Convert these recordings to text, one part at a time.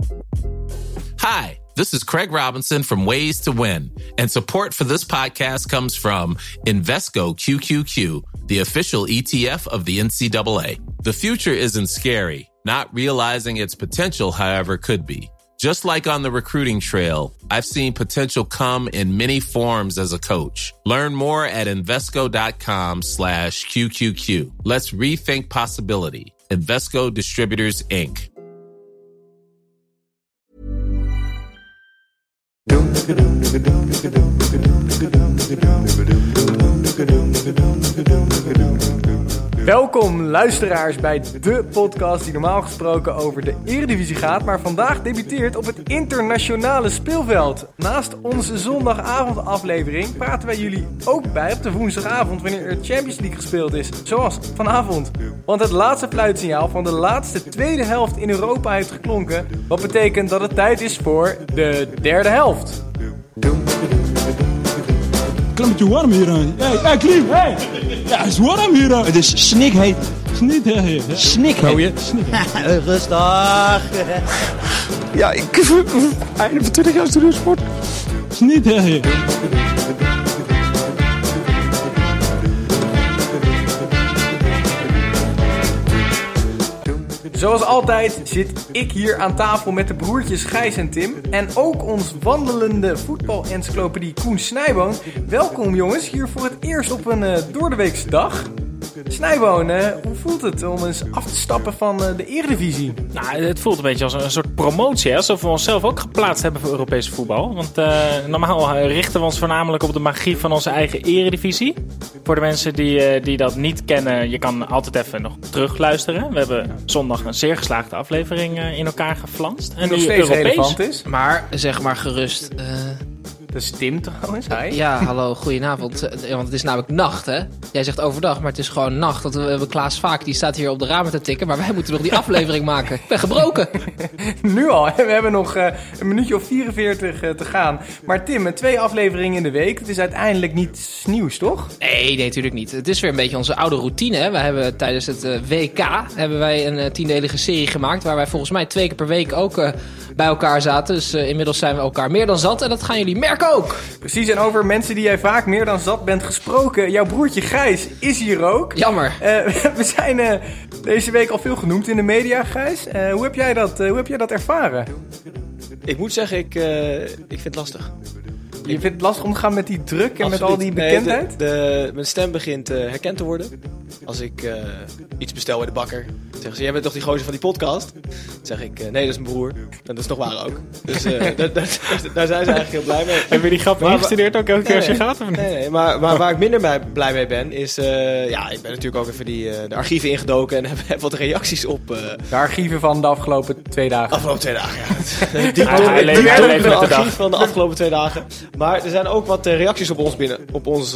Hi, this is Craig Robinson from Ways to Win, and support for this podcast comes from Invesco QQQ, the official ETF of the NCAA. The future isn't scary. Not realizing its potential, however, could be. Just like on the recruiting trail, I've seen potential come in many forms as a coach. Learn more at Invesco.com/QQQ. Let's rethink possibility. Invesco Distributors, Inc. Welkom luisteraars bij de podcast die normaal gesproken over de Eredivisie gaat, maar vandaag debuteert op het internationale speelveld. Naast onze zondagavond aflevering praten wij jullie ook bij op de woensdagavond wanneer er Champions League gespeeld is, zoals vanavond. Want het laatste fluitsignaal van de laatste tweede helft in Europa heeft geklonken, wat betekent dat het tijd is voor de derde helft. Klimmetje warm hier aan. Hey, Klim, hey! Ja, het is warm hier aan. Het is snikheet. Snikheet. Rustig. Ja, ik... Einde van 20 jaar studiosport. Snikheet. Zoals altijd zit ik hier aan tafel met de broertjes Gijs en Tim. En ook ons wandelende voetbal-encyclopedie Koen Snijboon. Welkom jongens, hier voor het eerst op een doordeweekse dag. Snijboon, hoe voelt het om eens af te stappen van de Eredivisie? Nou, het voelt een beetje als een soort promotie, hè? Alsof we onszelf ook geplaatst hebben voor Europese voetbal. Want normaal richten we ons voornamelijk op de magie van onze eigen Eredivisie. Voor de mensen die dat niet kennen, je kan altijd even nog terugluisteren. We hebben zondag een zeer geslaagde aflevering in elkaar geflanst. En nog steeds relevant is. Maar zeg maar gerust... Dat is Tim trouwens, hi. Ja, hallo, goedenavond. Want het is namelijk nacht, hè? Jij zegt overdag, maar het is gewoon nacht. Want we hebben Klaas Vaak, die staat hier op de ramen te tikken. Maar wij moeten nog die aflevering maken. Ik ben gebroken. Nu al, we hebben nog een minuutje of 44 te gaan. Maar Tim, 2 afleveringen in de week. Het is uiteindelijk niets nieuws, toch? Nee, natuurlijk niet. Het is weer een beetje onze oude routine, hè? We hebben tijdens het WK hebben wij een 10-delige serie gemaakt. Waar wij volgens mij 2 keer per week ook bij elkaar zaten. Dus inmiddels zijn we elkaar meer dan zat. En dat gaan jullie merken ook. Precies, en over mensen die jij vaak meer dan zat bent gesproken. Jouw broertje Gijs is hier ook. Jammer. We zijn deze week al veel genoemd in de media, Gijs. Hoe heb jij dat ervaren? Ik moet zeggen, ik vind het lastig. Je vindt het lastig om te gaan met die druk en met al die bekendheid? Nee, mijn stem begint herkend te worden. Als ik iets bestel bij de bakker, zeggen ze, jij bent toch die gozer van die podcast? Dan zeg ik, nee, dat is mijn broer. En dat is nog waar ook. Dus daar zijn ze eigenlijk heel blij mee. Heb je die grap ingestudeerd ook elke keer als je gaat? Of niet? Nee, maar waar ik minder blij mee ben, is... ik ben natuurlijk ook even de archieven ingedoken en heb wat reacties op... De archieven van de afgelopen 2 dagen. Afgelopen 2 dagen, ja. Diep archief van de afgelopen 2 dagen. Maar er zijn ook wat reacties op ons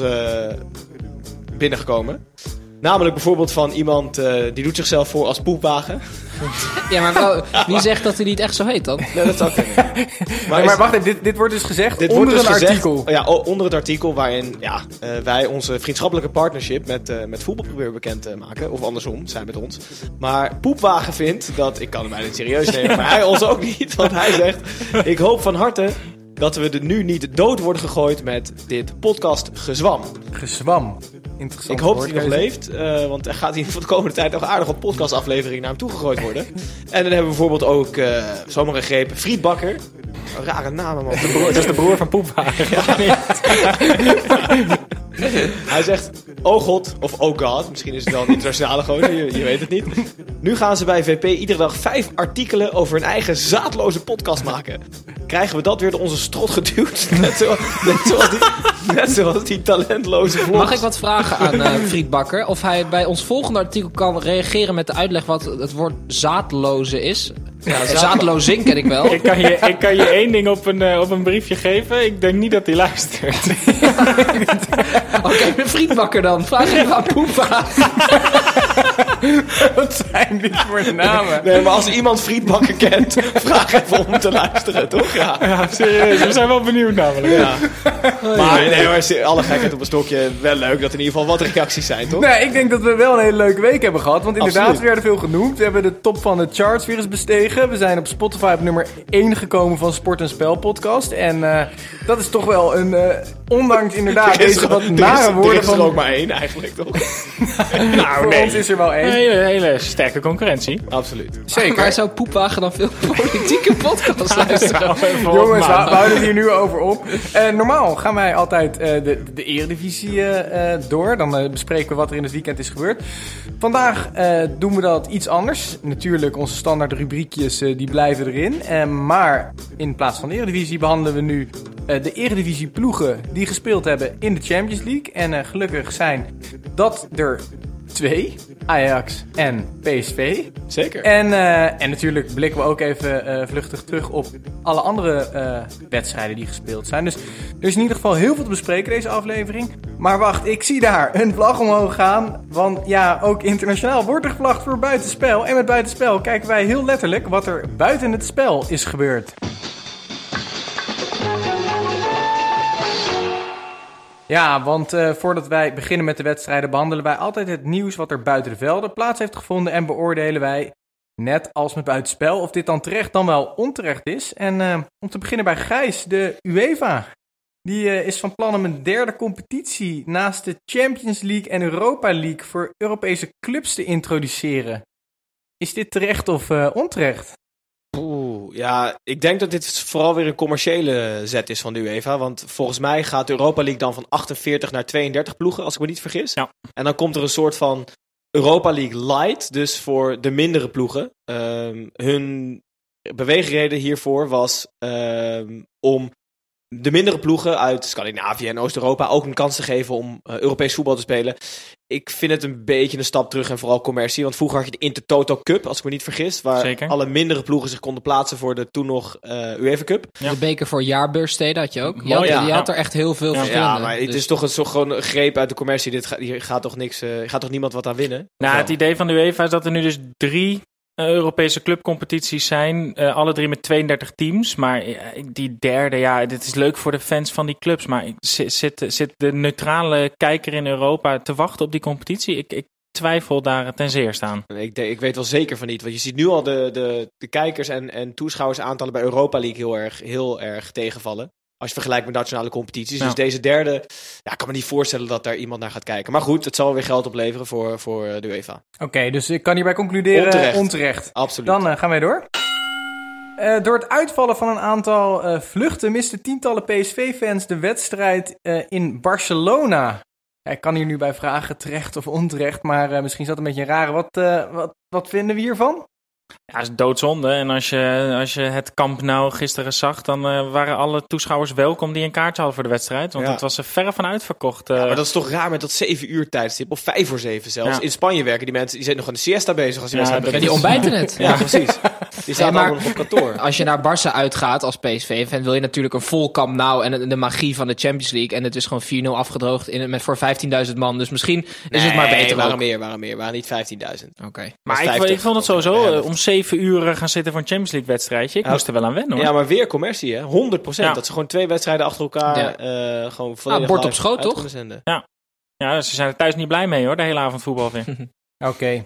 binnengekomen. Namelijk bijvoorbeeld van iemand die doet zichzelf voor als poepwagen. Ja, maar wie zegt dat hij niet echt zo heet dan? Nee, dat zou kunnen. Maar wacht even, dit wordt dus gezegd onder een artikel. Ja, onder het artikel waarin wij onze vriendschappelijke partnership met voetbal proberen bekend te maken. Of andersom, zij met ons. Maar Poepwagen vindt dat, ik kan hem bijna niet serieus nemen, maar hij ons ook niet. Want hij zegt, ik hoop van harte dat we er nu niet dood worden gegooid met dit podcastgezwam. Gezwam. Interessant. Ik hoop dat hij nog leeft, want er gaat hier voor de komende tijd nog aardig wat podcastafleveringen naar hem toegegooid worden. En dan hebben we bijvoorbeeld ook, zomaar een greep, Friedbakker. Een rare naam, man. Dat is de broer van Poepwagen. Ja. Hij zegt, oh god, of oh god, misschien is het wel een internationale gozer, je weet het niet. Nu gaan ze bij VP iedere dag 5 artikelen over hun eigen zaadloze podcast maken. Krijgen we dat weer door onze strot geduwd? Net zoals die talentloze vlogs. Mag ik wat vragen aan Friedbakker? Of hij bij ons volgende artikel kan reageren met de uitleg wat het woord zaadloze is? Ja, zaadlozing ken ik wel. Ik kan je 1 ding op een briefje geven. Ik denk niet dat hij luistert. Oké, Friedbakker dan. Vraag even aan Poepwagen. Wat zijn dit voor namen? Nee, maar als iemand Friedbakker kent, vraag even om te luisteren, toch? Ja. Ja, serieus. We zijn wel benieuwd namelijk. Ja. Maar nee hoor, alle gekheid op een stokje. Wel leuk dat er in ieder geval wat reacties zijn, toch? Nee, ik denk dat we wel een hele leuke week hebben gehad. Want inderdaad, Absoluut. we werden veel genoemd. We hebben de top van de charts weer eens bestegen. We zijn op Spotify op nummer 1 gekomen van Sport en Spel podcast. En dat is toch wel een... ondanks inderdaad deze wat nare woorden Er is er van... ook maar één eigenlijk, toch? Voor ons is er wel één. Hele sterke concurrentie. Absoluut. Zeker. Maar zou Poepwagen dan veel politieke podcasts luisteren? Jongens, we houden het hier nu over op. Normaal gaan wij altijd de Eredivisie door. Dan bespreken we wat er in het weekend is gebeurd. Vandaag doen we dat iets anders. Natuurlijk, onze standaard rubriekjes die blijven erin. Maar in plaats van de Eredivisie behandelen we nu de Eredivisie ploegen die gespeeld hebben in de Champions League. En gelukkig zijn dat er 2. Ajax en PSV. Zeker. En natuurlijk blikken we ook even vluchtig terug op alle andere wedstrijden die gespeeld zijn. Dus er is in ieder geval heel veel te bespreken deze aflevering. Maar wacht, ik zie daar een vlag omhoog gaan. Want ja, ook internationaal wordt er gevlagd voor buitenspel. En met buitenspel kijken wij heel letterlijk wat er buiten het spel is gebeurd. Ja, want voordat wij beginnen met de wedstrijden behandelen wij altijd het nieuws wat er buiten de velden plaats heeft gevonden en beoordelen wij, net als met buitenspel, of dit dan terecht dan wel onterecht is. En om te beginnen bij Gijs, de UEFA. Die is van plan om een derde competitie naast de Champions League en Europa League voor Europese clubs te introduceren. Is dit terecht of onterecht? Ja, ik denk dat dit vooral weer een commerciële zet is van de UEFA. Want volgens mij gaat de Europa League dan van 48 naar 32 ploegen, als ik me niet vergis. Ja. En dan komt er een soort van Europa League Light, dus voor de mindere ploegen. Hun beweegreden hiervoor was om de mindere ploegen uit Scandinavië en Oost-Europa ook een kans te geven om Europees voetbal te spelen. Ik vind het een beetje een stap terug en vooral commercie. Want vroeger had je de Intertoto Cup, als ik me niet vergis. Waar Zeker. alle mindere ploegen zich konden plaatsen voor de toen nog UEFA Cup. Ja. De beker voor jaarbeurssteden had je ook. Mooi, Je had er echt heel veel verschillende. Ja, maar het is toch gewoon een greep uit de commercie. Hier gaat toch niks, gaat toch niemand wat aan winnen? Nou, het idee van de UEFA is dat er nu dus 3 Europese clubcompetities zijn. Alle 3 met 32 teams. Maar die derde, dit is leuk voor de fans van die clubs. Maar zit de neutrale kijker in Europa te wachten op die competitie? Ik twijfel daar ten zeerste aan. Ik weet wel zeker van niet. Want je ziet nu al de kijkers en toeschouwersaantallen bij Europa League heel erg tegenvallen. Als je vergelijkt met nationale competities. Ja. Dus deze derde, ik kan me niet voorstellen dat daar iemand naar gaat kijken. Maar goed, het zal weer geld opleveren voor de UEFA. Oké, dus ik kan hierbij concluderen onterecht. Absoluut. Dan gaan wij door. Door het uitvallen van een aantal vluchten misten tientallen PSV-fans de wedstrijd in Barcelona. Ja, ik kan hier nu bij vragen terecht of onterecht, maar misschien is dat een beetje een rare. Wat vinden we hiervan? Ja, dat is doodzonde. En als je het Camp Nou gisteren zag, dan waren alle toeschouwers welkom die een kaartje hadden voor de wedstrijd. Want het was er verre van uitverkocht. Ja, maar dat is toch raar met dat 7 uur tijdstip, of 5 voor 7 zelfs. Ja. In Spanje werken die mensen, die zijn nog aan de siesta bezig als die wedstrijd begint. Die ontbijten het. Ja, precies. Die staan allemaal nog op kantoor. Als je naar Barça uitgaat als PSV-fan, wil je natuurlijk een vol Camp Nou en de magie van de Champions League. En het is gewoon 4-0 afgedroogd voor 15.000 man. Dus misschien is het maar beter. Waren meer. Waren niet 15.000. Oké. Maar ik vond het sowieso om 7 uur gaan zitten voor een Champions League wedstrijdje. Ik moest er wel aan wennen, hoor. Ja, maar weer commercie, hè? 100%. Ja. Dat ze gewoon 2 wedstrijden achter elkaar gewoon volledig bord op schoot, toch? Ja, ze zijn er thuis niet blij mee, hoor, de hele avond voetbal weer. Oké.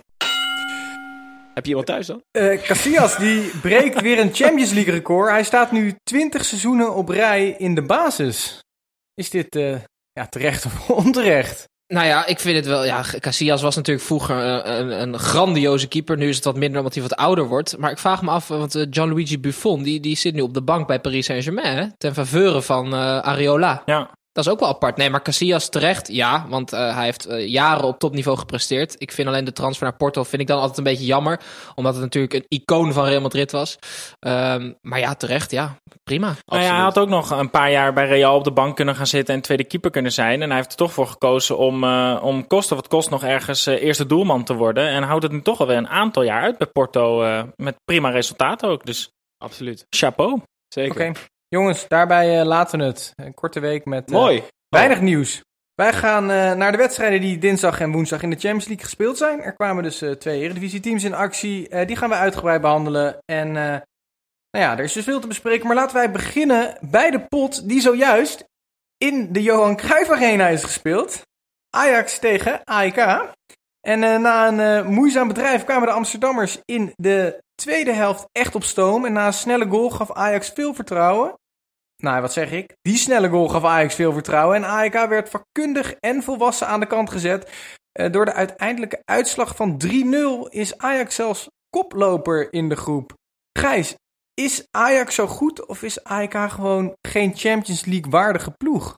Heb je iemand thuis dan? Casillas die breekt weer een Champions League record. Hij staat nu 20 seizoenen op rij in de basis. Is dit terecht of onterecht? Nou ja, ik vind het wel. Ja, Casillas was natuurlijk vroeger een grandioze keeper. Nu is het wat minder omdat hij wat ouder wordt. Maar ik vraag me af, want Gianluigi Buffon die zit nu op de bank bij Paris Saint-Germain. Hè? Ten faveur van Areola. Ja. Dat is ook wel apart. Nee, maar Casillas terecht, ja. Want hij heeft jaren op topniveau gepresteerd. Ik vind alleen de transfer naar Porto vind ik dan altijd een beetje jammer. Omdat het natuurlijk een icoon van Real Madrid was. Maar ja, terecht, ja. Prima. Nou ja, hij had ook nog een paar jaar bij Real op de bank kunnen gaan zitten en tweede keeper kunnen zijn. En hij heeft er toch voor gekozen om koste wat kost nog ergens eerste doelman te worden. En houdt het nu toch alweer een aantal jaar uit bij Porto. Met prima resultaten ook. Dus absoluut. Chapeau. Zeker. Oké. Jongens, daarbij laten we het. Een korte week met Mooi. Weinig nieuws. Wij gaan naar de wedstrijden die dinsdag en woensdag in de Champions League gespeeld zijn. Er kwamen dus 2 Eredivisie-teams in actie. Die gaan we uitgebreid behandelen. En er is dus veel te bespreken. Maar laten wij beginnen bij de pot die zojuist in de Johan Cruijff Arena is gespeeld. Ajax tegen AEK. En na een moeizaam bedrijf kwamen de Amsterdammers in de tweede helft echt op stoom. En na een snelle goal gaf Ajax veel vertrouwen. Nou, wat zeg ik? Die snelle goal gaf Ajax veel vertrouwen. En AEK werd vakkundig en volwassen aan de kant gezet. Door de uiteindelijke uitslag van 3-0 is Ajax zelfs koploper in de groep. Gijs, is Ajax zo goed of is AEK gewoon geen Champions League waardige ploeg?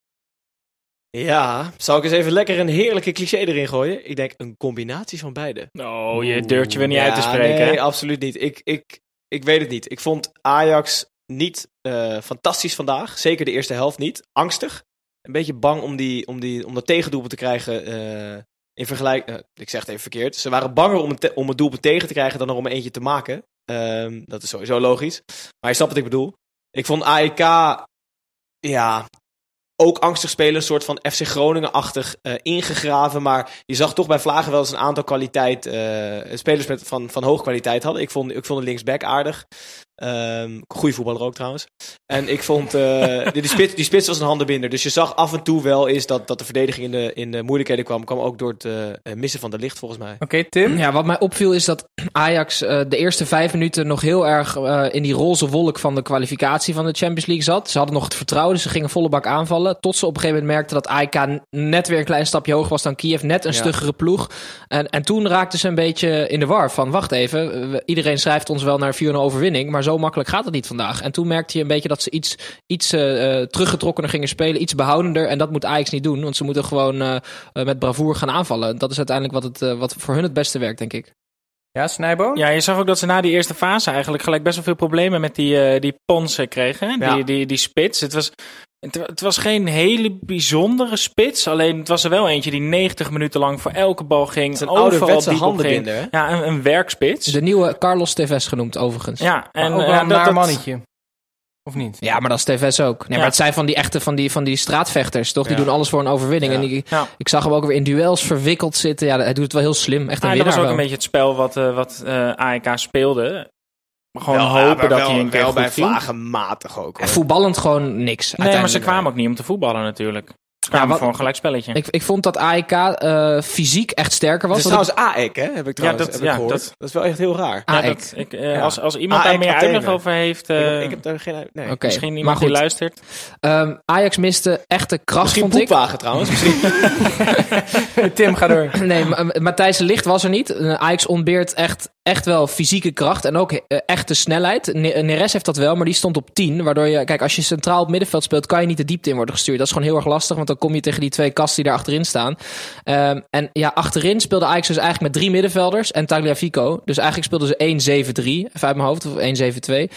Ja, zal ik eens even lekker een heerlijke cliché erin gooien? Ik denk een combinatie van beide. Oh, je durft je weer niet uit te spreken. Nee, hè? absoluut niet. Ik weet het niet. Ik vond Ajax niet fantastisch vandaag. Zeker de eerste helft niet. Angstig. Een beetje bang om dat tegendoelpunt te krijgen in vergelijking... ik zeg het even verkeerd. Ze waren banger om het doelpunt tegen te krijgen dan er om er eentje te maken. Dat is sowieso logisch. Maar je snapt wat ik bedoel. Ik vond AEK... ook angstig spelen, een soort van FC Groningen-achtig ingegraven. Maar je zag toch bij Vlagen wel eens een aantal spelers van hoge kwaliteit hadden. Ik vond de linksback aardig. Goeie voetballer ook trouwens. En ik vond die spits was een handenbinder. Dus je zag af en toe wel eens dat de verdediging in de moeilijkheden kwam ook door het missen van de licht volgens mij. Oké, Tim? Ja, wat mij opviel is dat Ajax de eerste 5 minuten nog heel erg in die roze wolk van de kwalificatie van de Champions League zat. Ze hadden nog het vertrouwen, dus ze gingen volle bak aanvallen. Tot ze op een gegeven moment merkten dat AEK net weer een klein stapje hoger was dan Kiev. Net een stuggere ploeg. En toen raakten ze een beetje in de war van, wacht even, iedereen schrijft ons wel naar 4-0 overwinning, maar zo makkelijk gaat het niet vandaag. En toen merkte je een beetje dat ze iets teruggetrokkener gingen spelen, iets behoudender. En dat moet Ajax niet doen, want ze moeten gewoon met bravoer gaan aanvallen. Dat is uiteindelijk wat voor hun het beste werkt, denk ik. Ja, Snijboon? Ja, je zag ook dat ze na die eerste fase eigenlijk gelijk best wel veel problemen met die Ponce kregen. Ja. Die spits. Het was geen hele bijzondere spits. Alleen het was er wel eentje die 90 minuten lang voor elke bal ging. Het is een overal ouderwetse diep op handenbinder, ging. hè? Ja, een werkspits. De nieuwe Carlos Tevez genoemd, overigens. Ja, En en ook wel een naar mannetje. Of niet? Ja, maar dat is Tevez ook. Nee, Ja. maar het zijn van die echte van die straatvechters, toch? Die Ja. doen alles voor een overwinning. Ja. En ik zag hem ook weer in duels verwikkeld zitten. Ja, hij doet het wel heel slim. Echt een dat winnaar was ook wel. een beetje het spel wat AEK speelde. Gewoon hopen dat hij een keer wel goed bij viel. Vlagen matig ook. En Hoor. voetballend gewoon niks. Nee, maar ze uiteindelijk. kwamen ook niet om te voetballen natuurlijk. Ze kwamen wat- voor een gelijkspelletje. Ik vond dat AEK fysiek echt sterker was. Het is Want trouwens AEK, hè? Heb ik trouwens dat- heb ik ja, gehoord. Dat is wel echt heel raar. AEK. Als iemand daar AEK meer Athene. uitleg over heeft, Ik heb daar geen... Nee. Oké, misschien maar iemand die goed. luistert. Ajax miste echte kracht, Misschien vond ik. Poepwagen trouwens. Misschien. Tim, ga door. Nee, Matthijs de Ligt was er niet. Ajax ontbeert echt wel fysieke kracht en ook echte snelheid. Neres heeft dat wel, maar die stond op 10. Waardoor je, kijk, als je centraal op middenveld speelt, kan je niet de diepte in worden gestuurd. Dat is gewoon heel erg lastig, want dan kom je tegen die 2 kasten die daar achterin staan. En ja, achterin speelde Ajax dus eigenlijk met 3 middenvelders en Tagliafico. Dus eigenlijk speelden ze 1-7-3, even uit mijn hoofd, of 1-7-2.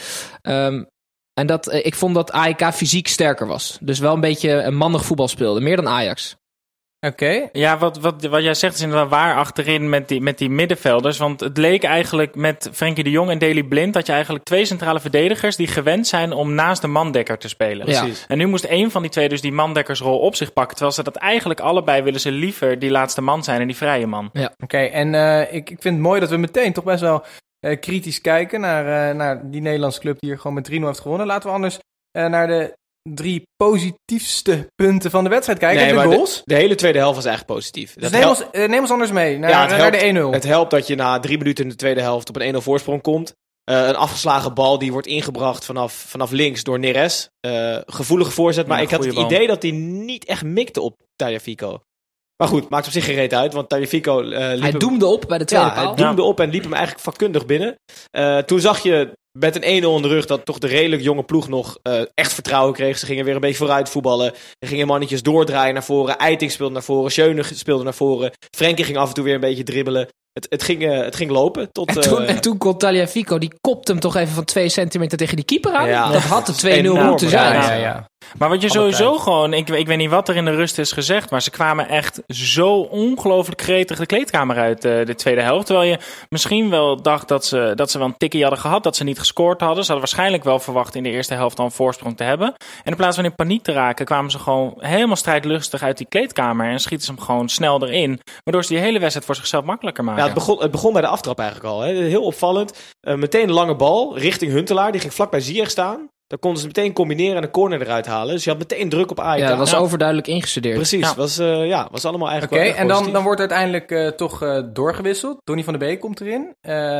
En ik vond dat AEK fysiek sterker was. Dus wel een beetje een mannig voetbal speelde, meer dan Ajax. Oké. Ja, wat jij zegt is inderdaad waar achterin met die middenvelders. Want het leek eigenlijk met Frenkie de Jong en Daley Blind dat je eigenlijk 2 centrale verdedigers die gewend zijn om naast de mandekker te spelen. Ja. Precies. En nu moest één van die 2 dus die mandekkersrol op zich pakken. Terwijl ze dat eigenlijk allebei willen ze liever die laatste man zijn en die vrije man. Oké, en ik vind het mooi dat we meteen toch best wel kritisch kijken naar die Nederlandse club die hier gewoon met 3-0 heeft gewonnen. Laten we anders naar de 3 positiefste punten van de wedstrijd kijken. Nee, de maar goals. de hele tweede helft was eigenlijk positief. Dus Dat neem ons anders mee naar, Ja, het naar helpt. de 1-0. Het helpt dat je na 3 minuten in de tweede helft op een 1-0 voorsprong komt. Een afgeslagen bal die wordt ingebracht vanaf links door Neres. Gevoelige voorzet, maar Ja, ik had het goeie bal. idee dat hij niet echt mikte op Tagliafico. Maar goed, maakt op zich geen reet uit, want Tagliafico liep Hij hem- doemde op bij de tweede Ja, paal. hij doemde op en liep hem eigenlijk vakkundig binnen. Toen zag je met een 1-0 in de rug dat toch de redelijk jonge ploeg nog echt vertrouwen kreeg. Ze gingen weer een beetje vooruit voetballen. Er gingen mannetjes doordraaien naar voren. Eiting speelde naar voren. Schöne speelde naar voren. Frenkie ging af en toe weer een beetje dribbelen. Het ging lopen. En toen kon Tagliafico, die kopte hem toch even van 2 centimeter tegen die keeper aan. Ja. Dat had de 2-0 Enorm, moeten zijn. ja. Ja. Maar wat je sowieso gewoon... Ik weet niet wat er in de rust is gezegd, maar ze kwamen echt zo ongelooflijk gretig de kleedkamer uit de tweede helft. Terwijl je misschien wel dacht dat ze wel een tikkie hadden gehad, dat ze niet gescoord hadden. Ze hadden waarschijnlijk wel verwacht in de eerste helft al een voorsprong te hebben. En in plaats van in paniek te raken, kwamen ze gewoon helemaal strijdlustig uit die kleedkamer en schieten ze hem gewoon snel erin. Waardoor ze die hele wedstrijd voor zichzelf makkelijker maken. Ja, het begon bij de aftrap eigenlijk al. Hè. Heel opvallend. Meteen een lange bal richting Huntelaar. Die ging vlak bij Ziyech staan. Dan konden ze meteen combineren en een corner eruit halen. Dus je had meteen druk op AEK. Ja, dat was overduidelijk ingestudeerd. Precies, was allemaal eigenlijk Oké, en dan wordt uiteindelijk toch doorgewisseld. Donny van de Beek komt erin.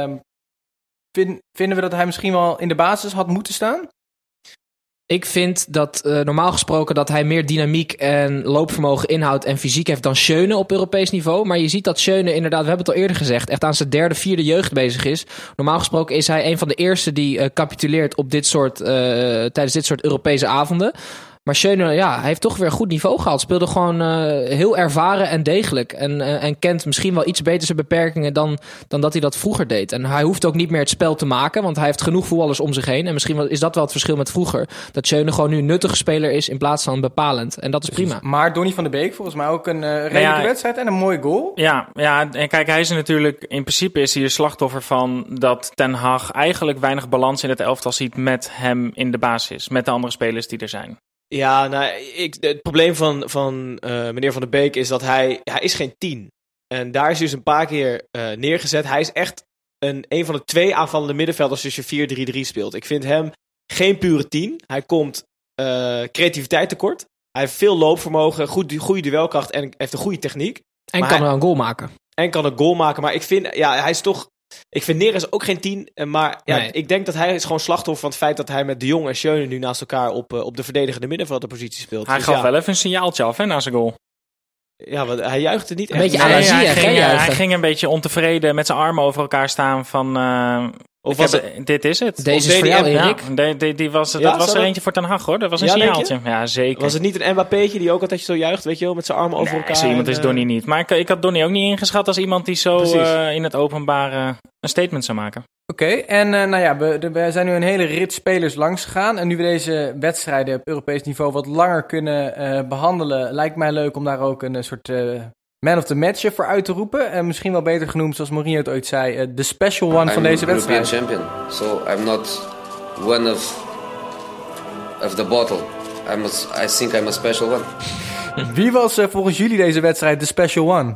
Vinden we dat hij misschien wel in de basis had moeten staan? Ik vind dat normaal gesproken dat hij meer dynamiek en loopvermogen inhoudt en fysiek heeft dan Schöne op Europees niveau. Maar je ziet dat Schöne inderdaad, we hebben het al eerder gezegd, echt aan zijn 3e, 4e jeugd bezig is. Normaal gesproken is hij een van de eerste die capituleert op tijdens dit soort Europese avonden. Maar Schöne, hij heeft toch weer een goed niveau gehaald. Speelde gewoon heel ervaren en degelijk. En kent misschien wel iets beter zijn beperkingen dan dat hij dat vroeger deed. En hij hoeft ook niet meer het spel te maken, want hij heeft genoeg voetballers om zich heen. En misschien is dat wel het verschil met vroeger. Dat Schöne gewoon nu een nuttige speler is in plaats van bepalend. En dat is prima. Maar Donny van de Beek volgens mij ook een redelijke wedstrijd en een mooi goal. Ja, en kijk, hij is natuurlijk, in principe is hij een slachtoffer van dat Ten Hag eigenlijk weinig balans in het elftal ziet met hem in de basis. Met de andere spelers die er zijn. Ja, het probleem van meneer Van der Beek is dat hij is geen 10. En daar is hij dus een paar keer neergezet. Hij is echt een van de 2 aanvallende middenvelders als je 4-3-3 speelt. Ik vind hem geen pure 10. Hij komt creativiteit tekort. Hij heeft veel loopvermogen, goede duelkracht en heeft een goede techniek. En kan er een goal maken. Maar ik vind, hij is toch... Ik vind Neres ook geen 10, maar nee. Ik denk dat hij is gewoon slachtoffer van het feit dat hij met De Jong en Schöne nu naast elkaar op de verdedigende middenvelderpositie speelt. Hij gaf wel even een signaaltje af na zijn goal. Ja, want hij juichte niet echt. Een beetje hij ging een beetje ontevreden met zijn armen over elkaar staan van... dit is het. Deze is voor jou, Erik. Dat was er eentje voor Ten Hag, hoor. Dat was een signaaltje. Ja, zeker. Was het niet een Mbappé'tje die ook altijd zo juicht, weet je wel, met zijn armen over elkaar? Zo iemand is Donny niet. Maar ik had Donny ook niet ingeschat als iemand die zo in het openbaar een statement zou maken. Oké, en we zijn nu een hele rit spelers langs gegaan. En nu we deze wedstrijden op Europees niveau wat langer kunnen behandelen, lijkt mij leuk om daar ook een soort man of the match voor uit te roepen. En misschien wel beter genoemd, zoals Mourinho het ooit zei, de special one van deze wedstrijd. I'm European champion, so I'm not one of the bottle. I think I'm a special one. Wie was volgens jullie deze wedstrijd de special one?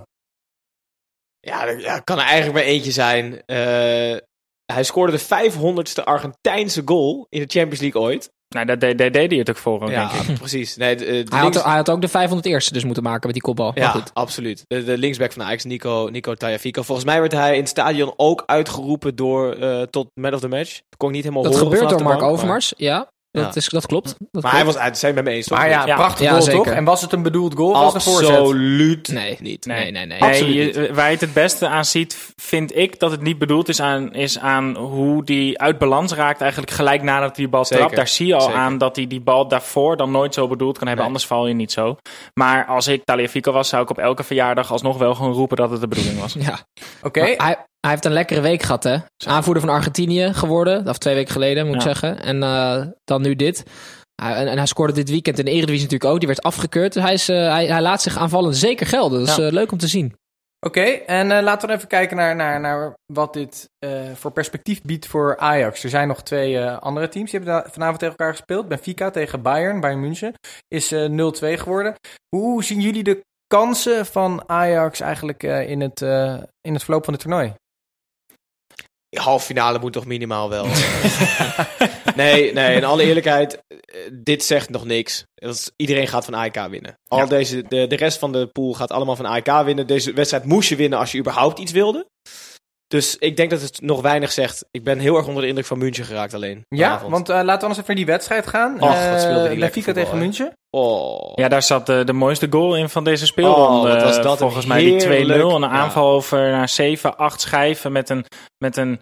Ja, kan er eigenlijk maar eentje zijn. Hij scoorde de 500ste Argentijnse goal in de Champions League ooit. Nou, dat deed hij het ook voor, denk ik. Precies. Nee, hij had ook de 501ste dus moeten maken met die kopbal. Ja, goed. Absoluut. De linksback van Ajax, Nico Tagliafico. Volgens mij werd hij in het stadion ook uitgeroepen tot man of the match. Dat kon ik niet helemaal horen. Dat gebeurt door Mark Overmars, ja. Dat klopt. Hij zijn met me eens. Maar prachtig goal toch? En was het een bedoeld goal? Absoluut niet. Nee. Waar je het beste aan ziet, vind ik dat het niet bedoeld is aan hoe die uit balans raakt eigenlijk gelijk nadat hij die bal trapt. Daar zie je al aan dat hij die bal daarvoor dan nooit zo bedoeld kan hebben. Anders val je niet zo. Maar als ik Tagliafico was, zou ik op elke verjaardag alsnog wel gewoon roepen dat het de bedoeling was. Ja. Oké. Hij heeft een lekkere week gehad, hè? Aanvoerder van Argentinië geworden. Of 2 weken geleden, moet ik zeggen. En dan nu dit. En hij scoorde dit weekend in de Eredivisie natuurlijk ook. Die werd afgekeurd. Dus hij laat zich aanvallend zeker gelden. Dat is leuk om te zien. Oké, en laten we dan even kijken naar wat dit voor perspectief biedt voor Ajax. Er zijn nog 2 andere teams. Die hebben vanavond tegen elkaar gespeeld. Benfica tegen Bayern München. Is 0-2 geworden. Hoe zien jullie de kansen van Ajax eigenlijk in het verloop van het toernooi? Halve finale moet toch minimaal wel. Nee, in alle eerlijkheid, dit zegt nog niks. Iedereen gaat van AEK winnen. De rest van de pool gaat allemaal van AEK winnen. Deze wedstrijd moest je winnen als je überhaupt iets wilde. Dus ik denk dat het nog weinig zegt. Ik ben heel erg onder de indruk van München geraakt alleen. Ja, want laten we anders even naar die wedstrijd gaan. Wat speelde die Benfica tegen München. Ja, daar zat de mooiste goal in van deze speelronde. Wat was dat volgens mij die 2-0. Een aanval over naar 7, 8 schijven met een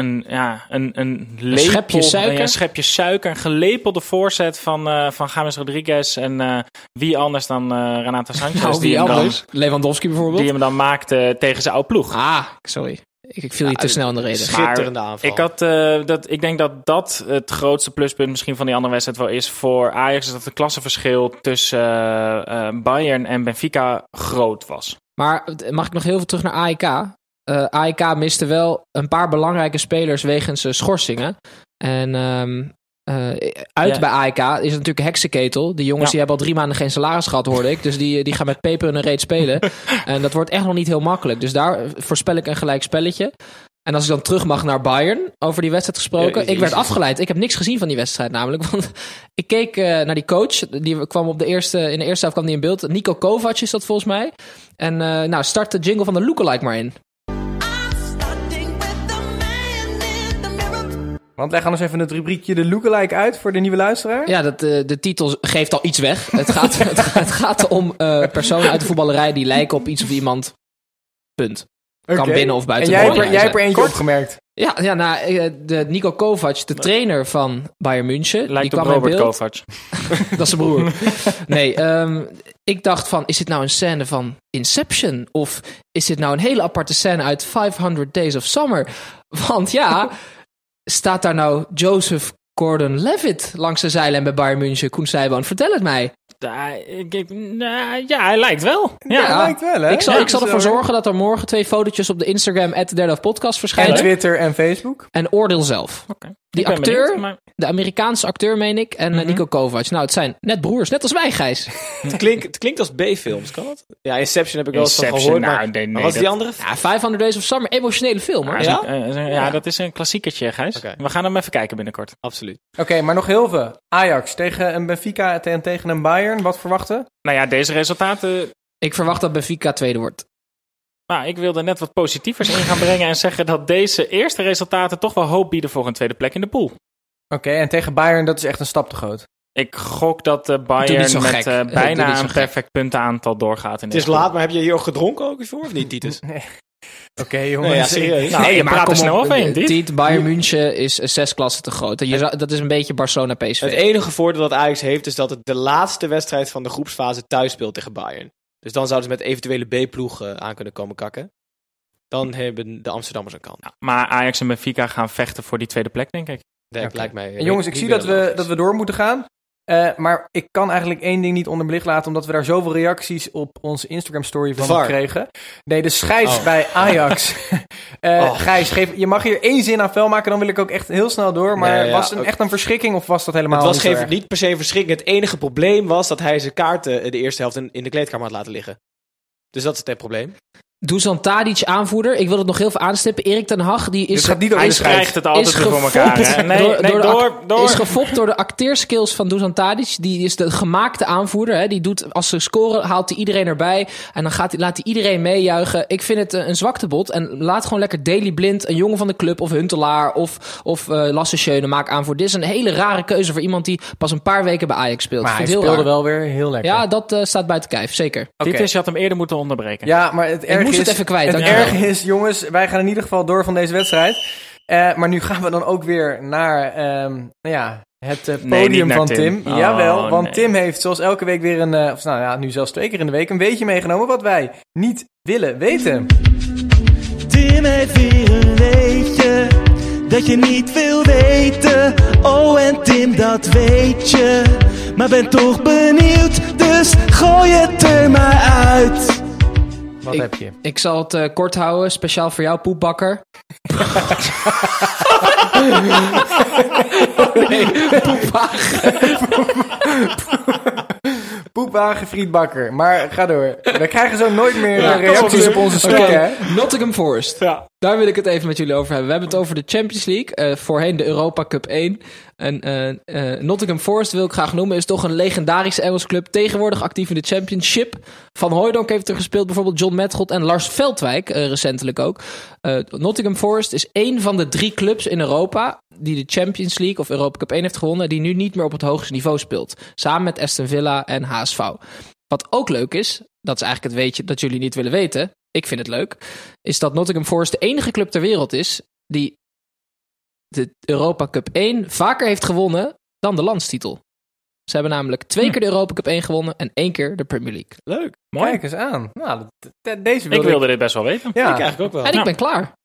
schepje suiker. Een gelepelde voorzet van James Rodriguez. En wie anders dan Renato Sanchez. Wie anders? Lewandowski bijvoorbeeld. Die hem dan maakte tegen zijn oude ploeg. Sorry. Ik viel hier te snel in de reden. Schitterende aanval. Ik denk dat het grootste pluspunt misschien van die andere wedstrijd wel is voor Ajax. Is dat het klassenverschil tussen Bayern en Benfica groot was. Maar mag ik nog heel veel terug naar AEK? AEK miste wel een paar belangrijke spelers wegens schorsingen. En bij AEK is het natuurlijk een heksenketel. Die jongens die hebben al 3 maanden geen salaris gehad, hoorde ik. Dus die gaan met peper in een reet spelen. En dat wordt echt nog niet heel makkelijk. Dus daar voorspel ik een gelijk spelletje. En als ik dan terug mag naar Bayern, over die wedstrijd gesproken. Ik werd afgeleid. Ik heb niks gezien van die wedstrijd namelijk. Want ik keek naar die coach. Die kwam in de eerste helft kwam die in beeld. Niko Kovac is dat volgens mij. En start de jingle van de Lookalike maar in. Want wij gaan dus even het rubriekje de Lookalike uit voor de nieuwe luisteraar. Ja, de titel geeft al iets weg. Het gaat om personen uit de voetballerij die lijken op iets of iemand. Punt. Kan binnen of buiten. En jij hebt er eentje opgemerkt. Ja, de Niko Kovac, de trainer van Bayern München. Lijkt die op kwam Robert in beeld. Kovac. Dat is zijn broer. Nee, ik dacht van, is dit nou een scène van Inception? Of is dit nou een hele aparte scène uit 500 Days of Summer? Want ja, staat daar nou Joseph Gordon-Levitt langs de zijlijn bij Bayern München? Koen Sijboon, vertel het mij. Hij lijkt wel. Ja, hij lijkt wel, hè? Ik zal ervoor zorgen dat er morgen 2 fotootjes op de Instagram @derdehelftpodcast verschijnen. En Twitter en Facebook. En oordeel zelf. Okay. Die acteur, de Amerikaanse acteur, meen ik, en Niko Kovac. Nou, het zijn net broers, net als wij, Gijs. Het klinkt als B-films, kan het? Ja, Inception heb ik wel eens van gehoord. Maar wat is die andere? Ja, 500 Days of Summer, emotionele film, hoor. Ja, dat is een klassiekertje, Gijs. Okay. We gaan hem even kijken binnenkort. Absoluut. Oké, maar nog heel veel. Ajax tegen een Benfica en tegen een Bayern. Wat verwachten? Nou ja, deze resultaten... Ik verwacht dat Benfica tweede wordt. Nou, ik wilde net wat positievers in gaan brengen en zeggen dat deze eerste resultaten toch wel hoop bieden voor een tweede plek in de pool. Oké, en tegen Bayern, dat is echt een stap te groot. Ik gok dat Bayern met bijna een perfect puntenaantal doorgaat. Het is laat, maar heb je hier ook gedronken ook voor of niet, Titus? Nee. Oké, jongens. Nee, ja, serieus. Je praat er snel overheen. Tiet, Bayern München is 6 klassen te groot. Dat is een beetje Barcelona-PSV. Het enige voordeel dat Ajax heeft is dat het de laatste wedstrijd van de groepsfase thuis speelt tegen Bayern. Dus dan zouden ze met eventuele B-ploeg aan kunnen komen kakken. Dan hebben de Amsterdammers een kans. Ja, maar Ajax en Benfica gaan vechten voor die tweede plek, denk ik. Dat lijkt mij. En jongens, ik zie dat we door moeten gaan. Maar ik kan eigenlijk één ding niet onder belicht laten, omdat we daar zoveel reacties op onze Instagram-story van kregen. Nee, de scheids bij Ajax. Gijs, je mag hier 1 zin aan vuil maken, dan wil ik ook echt heel snel door. Maar was het echt een verschrikking of was dat helemaal niet? Het was niet per se een verschrikking. Het enige probleem was dat hij zijn kaarten de eerste helft in de kleedkamer had laten liggen. Dus dat is het probleem. Dusan Tadic, aanvoerder. Ik wil het nog heel veel aanstippen. Erik ten Hag, die is... Hij krijgt het altijd weer voor elkaar. Door. Is gefopt door de acteerskills van Dusan Tadic. Die is de gemaakte aanvoerder. Hè. Die doet, als ze scoren, haalt hij iedereen erbij. En dan laat hij iedereen meejuichen. Ik vind het een zwaktebod. En laat gewoon lekker Daley Blind, een jongen van de club, of Huntelaar, of Lasse Schöne maak aanvoerder. Dit is een hele rare keuze voor iemand die pas een paar weken bij Ajax speelt. Maar hij speelde wel weer heel lekker. Ja, dat staat buiten kijf, zeker. Dit is, je had hem eerder moeten onderbreken. Ja, maar het erg het even kwijt. Het erg is, jongens, wij gaan in ieder geval door van deze wedstrijd. Maar nu gaan we dan ook weer naar het podium van Tim. Jawel, want Tim heeft zoals elke week weer nu zelfs 2 keer in de week een weetje meegenomen wat wij niet willen weten. Tim heeft weer een weetje dat je niet wil weten. Oh, en Tim, dat weet je. Maar ben toch benieuwd, dus gooi het er maar uit. Wat heb je? Ik zal het kort houden, speciaal voor jou, poepbakker. Poepwagen frietbakker. Maar ga door. We krijgen zo nooit meer reacties op onze stukken. Nottingham Forest. Ja. Daar wil ik het even met jullie over hebben. We hebben het over de Champions League. Voorheen de Europa Cup 1. En Nottingham Forest wil ik graag noemen. Is toch een legendarische Engelse club. Tegenwoordig actief in de Championship. Van Hooijdonk heeft er gespeeld. Bijvoorbeeld John Metgold en Lars Veldwijk. Recentelijk ook. Nottingham Forest is 1 van de 3 clubs in Europa die de Champions League of Europa Cup 1 heeft gewonnen, die nu niet meer op het hoogste niveau speelt. Samen met Aston Villa en HSV. Wat ook leuk is, dat is eigenlijk het weetje dat jullie niet willen weten, ik vind het leuk, is dat Nottingham Forest de enige club ter wereld is die de Europa Cup 1 vaker heeft gewonnen dan de landstitel. Ze hebben namelijk 2 keer de Europa Cup 1 gewonnen en 1 keer de Premier League. Leuk. Mooi. Kijk eens aan. Nou, ik wilde dit best wel weten. Ja. Ik eigenlijk ook wel. En ik ben klaar.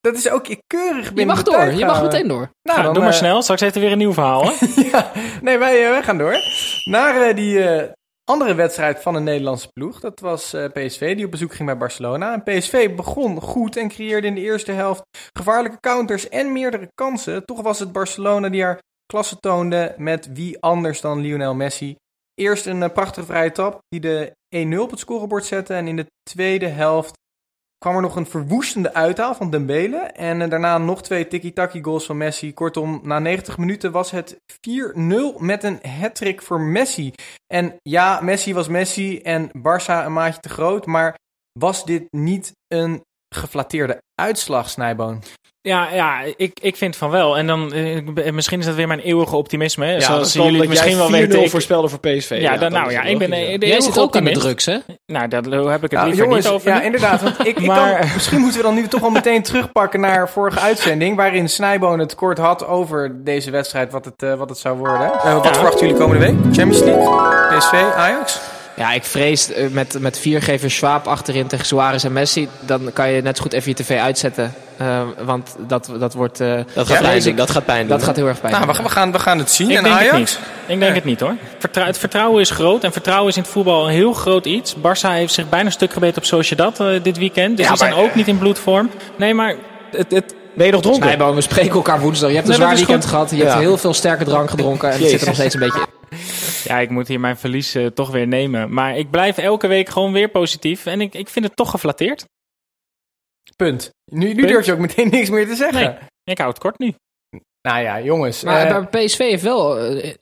dat is ook keurig Je binnen mag de door. tijd Je mag gaan. meteen door. Nou, dan, Doe maar snel, straks heeft er weer een nieuw verhaal. Hè? Ja, nee, wij gaan door. Naar die andere wedstrijd van een Nederlandse ploeg. Dat was PSV, die op bezoek ging bij Barcelona. En PSV begon goed en creëerde in de eerste helft gevaarlijke counters en meerdere kansen. Toch was het Barcelona die haar klasse toonde met wie anders dan Lionel Messi. Eerst een prachtige vrije trap die de 1-0 op het scorebord zette. En in de tweede helft kwam er nog een verwoestende uithaal van Dembele. En daarna nog 2 tiki-taki goals van Messi. Kortom, na 90 minuten was het 4-0 met een hat-trick voor Messi. En ja, Messi was Messi en Barça een maatje te groot. Maar was dit niet een geflatteerde uitslag, Snijboon? Ja, ik vind van wel. En dan, misschien is dat weer mijn eeuwige optimisme. Hè? Ja, Zoals dat jullie misschien wel weten. voorspelden voor PSV. Ja, ik ben de Jij eeuwige zit ook aan de optimist. drugs, hè? Nou, daar heb ik het Nou, liever jongens, niet over. ja, inderdaad. Want Maar- misschien moeten we dan nu toch al meteen terugpakken naar vorige uitzending, waarin Snijboon het kort had over deze wedstrijd, wat het zou worden. Wat verwachten jullie komende week? Champions League? PSV? Ajax? Ja, ik vrees met 4 geven Schwab achterin tegen Suarez en Messi, dan kan je net zo goed even je tv uitzetten. Want dat wordt... Dat gaat pijn doen. Dat gaat pijn doen. Dat gaat heel erg pijn doen. Nou, we gaan het zien. Ik En denk het Ajax? niet. Ik denk het niet, hoor. Het vertrouwen is groot. En vertrouwen is in het voetbal een heel groot iets. Barça heeft zich bijna stuk gebeten op Sociedad dit weekend. Dus die zijn ook niet in bloedvorm. Nee, maar Ben je nog dronken? Snijboom, we spreken elkaar woensdag. Je hebt een Nee, dat zwaar is weekend goed. gehad. Je hebt heel veel sterke drank gedronken. En het zit er nog steeds een beetje in. Ja, ik moet hier mijn verlies toch weer nemen. Maar ik blijf elke week gewoon weer positief. En ik vind het toch geflatteerd. Punt. Nu Punt. durf je ook meteen niks meer te zeggen. Nee. Ik hou het kort nu. Nou ja, jongens. Maar bij PSV heeft wel...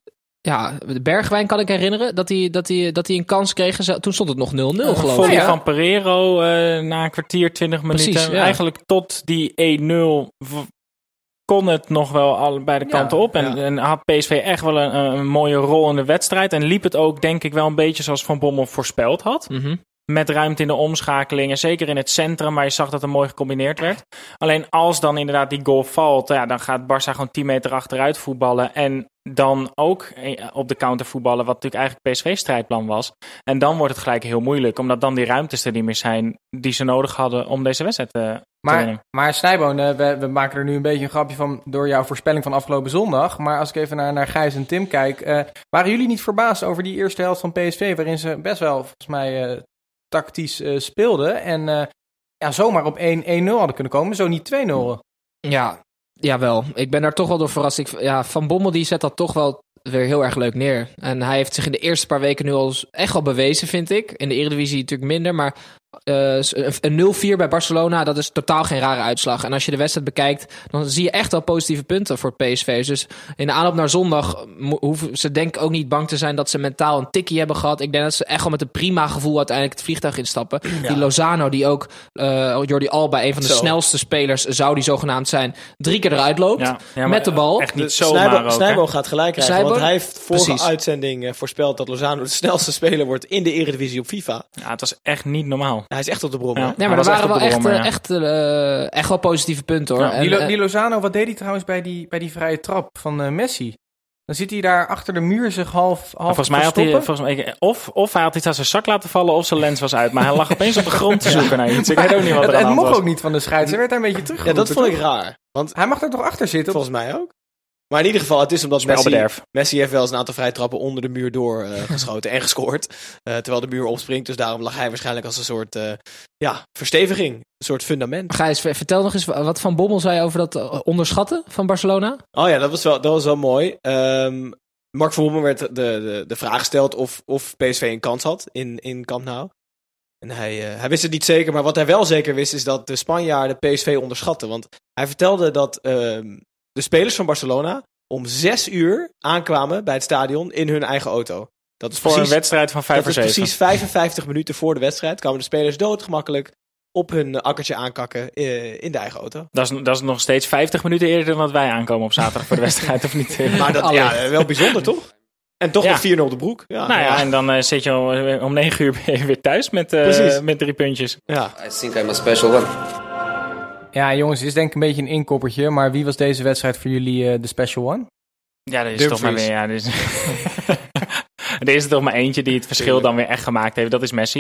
de Bergwijn kan ik herinneren dat hij een kans kreeg. Toen stond het nog 0-0 geloof ik. Volley Ja. van Pereiro na een kwartier, 20 minuten. Precies, ja. Eigenlijk tot die 1-0 kon het nog wel al beide kanten op. En had PSV echt wel een mooie rol in de wedstrijd. En liep het ook denk ik wel een beetje zoals Van Bommel voorspeld had. Mhm. Met ruimte in de omschakelingen. Zeker in het centrum, waar je zag dat er mooi gecombineerd werd. Alleen als dan inderdaad die goal valt, dan gaat Barça gewoon 10 meter achteruit voetballen. En dan ook op de counter voetballen, wat natuurlijk eigenlijk PSV-strijdplan was. En dan wordt het gelijk heel moeilijk, omdat dan die ruimtes er niet meer zijn die ze nodig hadden om deze wedstrijd te winnen. Maar Snijboon, we maken er nu een beetje een grapje van door jouw voorspelling van afgelopen zondag. Maar als ik even naar Gijs en Tim kijk, waren jullie niet verbaasd over die eerste helft van PSV, waarin ze best wel volgens mij tactisch speelden en zomaar op 1-0 hadden kunnen komen, zo niet 2-0? Ja, jawel. Ik ben daar toch wel door verrast. Van Bommel die zet dat toch wel weer heel erg leuk neer. En hij heeft zich in de eerste paar weken nu al echt wel bewezen, vind ik. In de Eredivisie natuurlijk minder, maar een 0-4 bij Barcelona, dat is totaal geen rare uitslag. En als je de wedstrijd bekijkt, dan zie je echt wel positieve punten voor PSV. Dus in de aanloop naar zondag hoeven ze denk ik ook niet bang te zijn dat ze mentaal een tikkie hebben gehad. Ik denk dat ze echt wel met een prima gevoel uiteindelijk het vliegtuig instappen. Ja. Die Lozano, die ook Jordi Alba, een van de snelste spelers, zou die zogenaamd zijn, 3 keer eruit loopt met de bal. Echt niet zomaar ook. Snijboom gaat gelijk krijgen, Snijboom? want hij heeft vorige uitzending voorspeld dat Lozano de snelste speler wordt in de Eredivisie op FIFA. Ja, het was echt niet normaal. Hij is echt op de brommer. Ja. Nee, maar er waren wel echt echt wel positieve punten, hoor. Ja. En, Die Lozano, wat deed hij trouwens bij die vrije trap van Messi? Dan zit hij daar achter de muur zich half volgens mij had hij, of hij had iets aan zijn zak laten vallen of zijn lens was uit. Maar hij lag opeens op de grond te zoeken naar iets. Ik weet ook niet wat er aan de Het hand mocht was. ook niet van de scheids. Hij werd daar een beetje terug. Ja, dat vond ik raar. Want hij mag er toch achter zitten? volgens mij ook. Maar in ieder geval, het is omdat Spelbederf. Messi heeft wel eens een aantal vrije trappen onder de muur door geschoten en gescoord. Terwijl de muur opspringt. Dus daarom lag hij waarschijnlijk als een soort versteviging. Een soort fundament. Gijs, vertel nog eens wat Van Bommel zei over dat onderschatten van Barcelona. Oh ja, dat was wel mooi. Mark van Bommel werd de vraag gesteld of PSV een kans had in Camp Nou. En hij wist het niet zeker, maar wat hij wel zeker wist is dat de Spanjaarden PSV onderschatten. Want hij vertelde dat de spelers van Barcelona om 6 uur aankwamen bij het stadion in hun eigen auto. Dat is Voor precies, een wedstrijd van 5 dat of is 7. precies 55 minuten voor de wedstrijd kwamen de spelers doodgemakkelijk op hun akkertje aankakken in de eigen auto. Dat is nog steeds 50 minuten eerder dan dat wij aankomen op zaterdag voor de wedstrijd, of niet? Maar dat wel bijzonder, toch? En toch met 4-0 de broek. Ja, nou ja, en dan zit je om 9 uur weer thuis met 3 puntjes. Ja. I think I'm a special one. Ja, jongens, het is denk ik een beetje een inkoppertje. Maar wie was deze wedstrijd voor jullie de special one? Ja, er is toch maar weer... Ja, er is toch maar eentje die het verschil dan weer echt gemaakt heeft. Dat is Messi.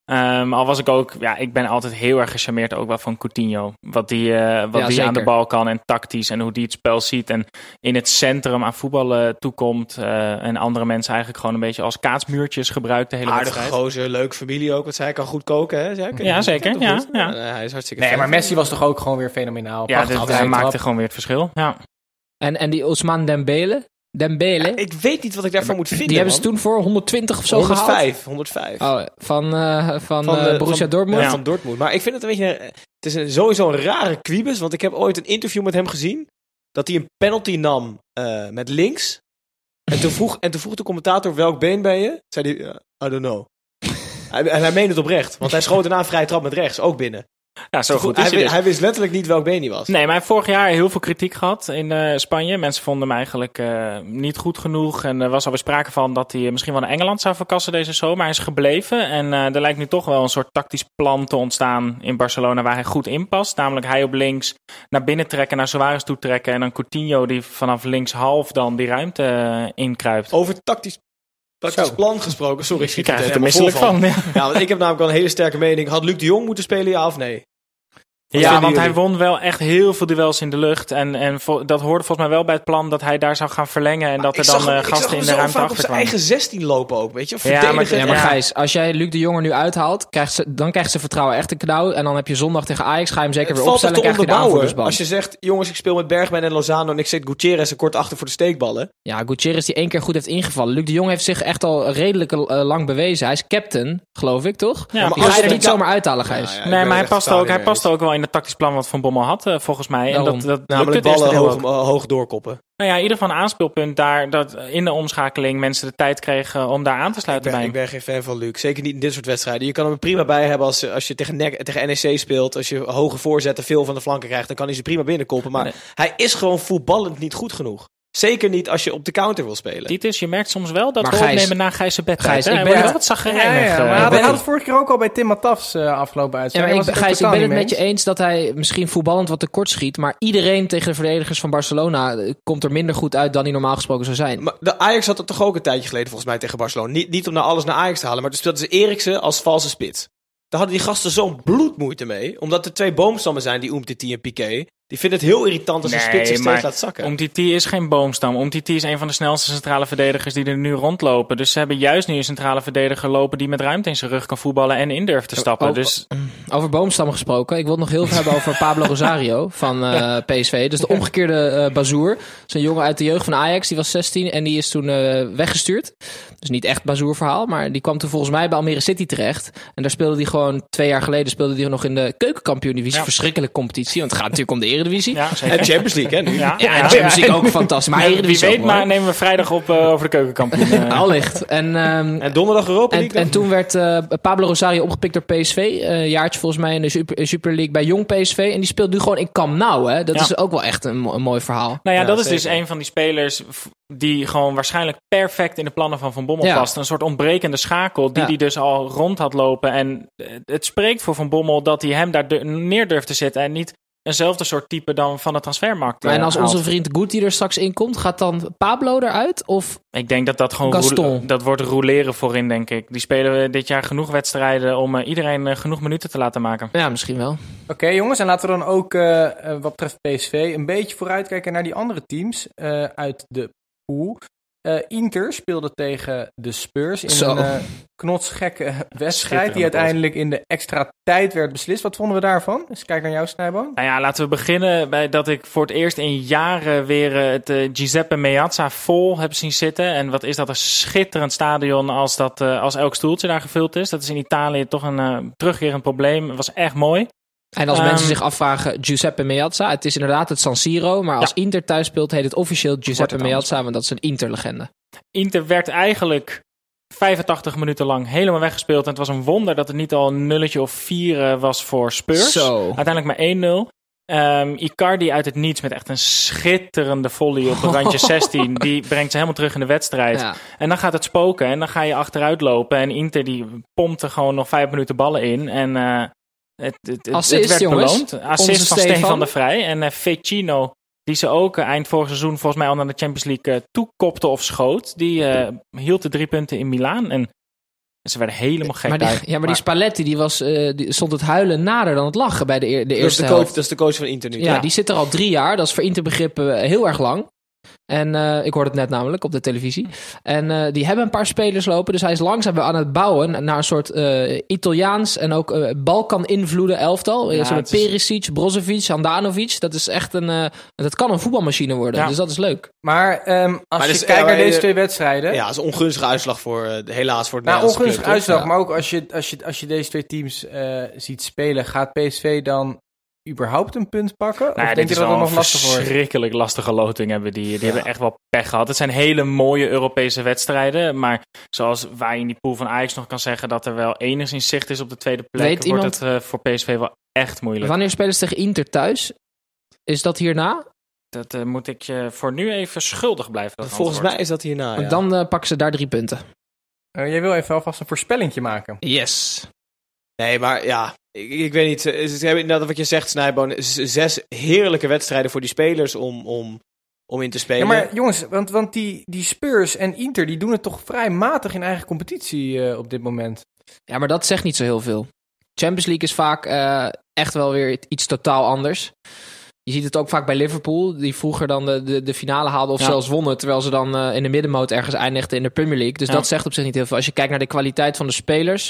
Al was ik ook... Ja, ik ben altijd heel erg gecharmeerd ook wel van Coutinho. Wat die aan de bal kan en tactisch en hoe die het spel ziet. En in het centrum aan voetballen toekomt. En andere mensen eigenlijk gewoon een beetje als kaatsmuurtjes gebruikt de hele wedstrijd. Aardige gozer, leuke familie ook. Want zij kan goed koken, hè? Ja, zeker. Ja. Hij is hartstikke Nee, vet. maar Messi was toch ook gewoon weer fenomenaal. Ja, hij maakte gewoon weer het verschil. Ja. En die Ousmane Dembele? Ja, ik weet niet wat ik daarvan moet vinden. Die hebben ze toen voor 120 of zo gehaald? 105. Oh, van Borussia Dortmund? Ja, van Dortmund. Maar ik vind het een beetje... Het is sowieso een rare kwiebus. Want ik heb ooit een interview met hem gezien. Dat hij een penalty nam met links. En toen vroeg de commentator, welk been ben je? Zei hij, I don't know. En hij meende het oprecht. Want hij schoot daarna een vrije trap met rechts. Ook binnen. Ja, zo goed is hij wist letterlijk niet welk been hij was. Nee, maar hij heeft vorig jaar heel veel kritiek gehad in Spanje. Mensen vonden hem eigenlijk niet goed genoeg. En er was alweer sprake van dat hij misschien wel naar Engeland zou verkassen deze zomer. Hij is gebleven. En er lijkt nu toch wel een soort tactisch plan te ontstaan in Barcelona waar hij goed in past. Namelijk hij op links naar binnen trekken, naar Suarez toe trekken. En dan Coutinho die vanaf links half dan die ruimte inkruipt. Over tactisch plan gesproken. Sorry, ik krijg er misselijk van. Ja, want ik heb namelijk wel een hele sterke mening. Had Luc de Jong moeten spelen, ja of nee? Ja, want hij won wel echt heel veel duels in de lucht. En dat hoorde volgens mij wel bij het plan dat hij daar zou gaan verlengen. En dat er dan gasten in de ruimte achter kwamen. op zijn eigen 16 lopen ook, weet je? Maar Gijs, als jij Luc de Jong er nu uithaalt, dan krijgt ze vertrouwen echt een knauw. En dan heb je zondag tegen Ajax, ga je hem zeker weer opstellen. En krijg je de aanvoerdersband. Als je zegt, jongens, ik speel met Bergwijn en Lozano en ik zet Gutierrez er kort achter voor de steekballen. Ja, Gutierrez die 1 keer goed heeft ingevallen. Luc de Jong heeft zich echt al redelijk lang bewezen. Hij is captain, geloof ik, toch? Ja, die ga je er niet zomaar uithalen, Gijs. Nee, maar hij past ook wel in het tactisch plan wat Van Bommel had, volgens mij. En dat namelijk ballen hoog doorkoppen. Nou ja, in ieder geval een aanspeelpunt daar, dat in de omschakeling mensen de tijd kregen om daar aan te sluiten bij. Ik ben geen fan van Luc. Zeker niet in dit soort wedstrijden. Je kan hem er prima bij hebben als je tegen NEC speelt. Als je hoge voorzetten veel van de flanken krijgt, dan kan hij ze prima binnenkoppen. Maar hij is gewoon voetballend niet goed genoeg. Zeker niet als je op de counter wil spelen. Je merkt soms wel dat we opnemen na Gijs' bedtijd. Ik ben wel wat zagrijnig. Hij had het vorige keer ook al bij Tim Matafs afgelopen uitzending. Gijs, ik ben het met je eens dat hij misschien voetballend wat tekort schiet. Maar iedereen tegen de verdedigers van Barcelona komt er minder goed uit dan hij normaal gesproken zou zijn. Maar de Ajax had het toch ook een tijdje geleden volgens mij tegen Barcelona. Niet om nou alles naar Ajax te halen, maar toen speelden ze Eriksen als valse spits. Daar hadden die gasten zo'n bloedmoeite mee. Omdat er 2 boomstammen zijn, die Umtiti en Piqué. Die vinden het heel irritant als een spits zich steeds laat zakken. Umtiti is geen boomstam. Umtiti is een van de snelste centrale verdedigers die er nu rondlopen. Dus ze hebben juist nu een centrale verdediger lopen die met ruimte in zijn rug kan voetballen en in durft te stappen. Over boomstammen gesproken. Ik wil het nog heel veel hebben over Pablo Rosario van PSV. Dus de omgekeerde Bazoer. Zo'n jongen uit de jeugd van Ajax. Die was 16 en die is toen weggestuurd. Dus niet echt Bazoer verhaal. Maar die kwam toen volgens mij bij Almere City terecht. En daar speelde hij gewoon 2 jaar geleden nog in de keukenkampioen-divisie. Ja. Verschrikkelijke competitie. Want het gaat natuurlijk om de Eredivisie. Ja, en Champions League, hè, nu. Ja, Champions League ook fantastisch. Maar wie weet, maar nemen we vrijdag op over de keukenkampioen. Allicht. En donderdag Europa League. En toen werd Pablo Rosario opgepikt door PSV. Een jaartje volgens mij in de Super League bij Jong PSV. En die speelt nu gewoon in Camp Nou. Hè? Dat is ook wel echt een mooi verhaal. Nou ja, dat is dus een van die spelers die gewoon waarschijnlijk perfect in de plannen van Bommel past. Een soort ontbrekende schakel die hij dus al rond had lopen. En het spreekt voor Van Bommel dat hij hem daar neer durft te zetten en niet eenzelfde soort type dan van de transfermarkt. En als onze vriend Guti er straks inkomt, gaat dan Pablo eruit? Of ik denk dat gewoon dat wordt roleren voorin, denk ik. Die spelen dit jaar genoeg wedstrijden om iedereen genoeg minuten te laten maken. Ja, misschien wel. Oké, jongens, en laten we dan ook wat betreft PSV een beetje vooruitkijken naar die andere teams uit de pool. Inter speelde tegen de Spurs in een knotsgekke wedstrijd die uiteindelijk in de extra tijd werd beslist. Wat vonden we daarvan? Dus kijk naar jou, Snijboon. Nou ja, laten we beginnen bij dat ik voor het eerst in jaren weer het Giuseppe Meazza vol heb zien zitten. En wat is dat een schitterend stadion als elk stoeltje daar gevuld is. Dat is in Italië toch een terugkerend probleem. Het was echt mooi. En als mensen zich afvragen, Giuseppe Meazza, het is inderdaad het San Siro, maar als Inter thuis speelt, heet het officieel Giuseppe Meazza, want dat is een Inter-legende. Inter werd eigenlijk 85 minuten lang helemaal weggespeeld en het was een wonder dat het niet al een 0 of 4 was voor Spurs. Uiteindelijk maar 1-0. Icardi uit het niets met echt een schitterende volley op het randje 16. Die brengt ze helemaal terug in de wedstrijd. Ja. En dan gaat het spoken en dan ga je achteruit lopen. En Inter die pompte gewoon nog 5 minuten ballen in. En het werd beloond. Assist van Stefan de Vrij. En Vecino, die ze ook eind vorig seizoen volgens mij al naar de Champions League toekopte of schoot. Die hield de 3 punten in Milaan. En En ze werden helemaal gek Maar bij. die Spalletti die stond het huilen nader dan het lachen bij de eerste helft. Dat is de coach van Inter nu. Ja, die zit er al 3 jaar. Dat is voor Interbegrippen heel erg lang. En ik hoorde het net namelijk op de televisie. En die hebben een paar spelers lopen. Dus hij is langzaam aan het bouwen naar een soort Italiaans en ook Balkan-invloeden elftal. Ja, Met Perisic, Brozovic, Handanovic. Dat is echt dat kan een voetbalmachine worden. Ja. Dus dat is leuk. Maar als je dus, kijkt naar deze 2 wedstrijden... Ja, dat is een ongunstige uitslag helaas voor het Nou, Nederlandse ongunstige club, uitslag, toch? maar ook als je deze 2 teams ziet spelen, gaat PSV dan überhaupt een punt pakken? Nou, of denk dit je is dat wel het een nog lastig wordt? verschrikkelijk lastige loting hebben die hebben echt wel pech gehad. Het zijn hele mooie Europese wedstrijden, maar zoals waar je in die pool van Ajax nog kan zeggen dat er wel enigszins zicht is op de tweede plek, Weet wordt het voor PSV wel echt moeilijk. Wanneer spelen ze tegen Inter thuis? Is dat hierna? Dat moet ik je voor nu even schuldig blijven. Dat Volgens antwoord. mij is dat hierna, ja. Dan pakken ze daar 3 punten. Jij wil even alvast een voorspellingje maken. Yes. Nee, maar ja, ik weet niet. Ze hebben inderdaad wat je zegt, Snijboon. 6 heerlijke wedstrijden voor die spelers om in te spelen. Ja, maar jongens, want die Spurs en Inter, die doen het toch vrij matig in eigen competitie op dit moment. Ja, maar dat zegt niet zo heel veel. Champions League is vaak echt wel weer iets totaal anders. Je ziet het ook vaak bij Liverpool, die vroeger dan de finale haalden of zelfs wonnen, terwijl ze dan in de middenmoot ergens eindigden in de Premier League. Dus dat zegt op zich niet heel veel. Als je kijkt naar de kwaliteit van de spelers,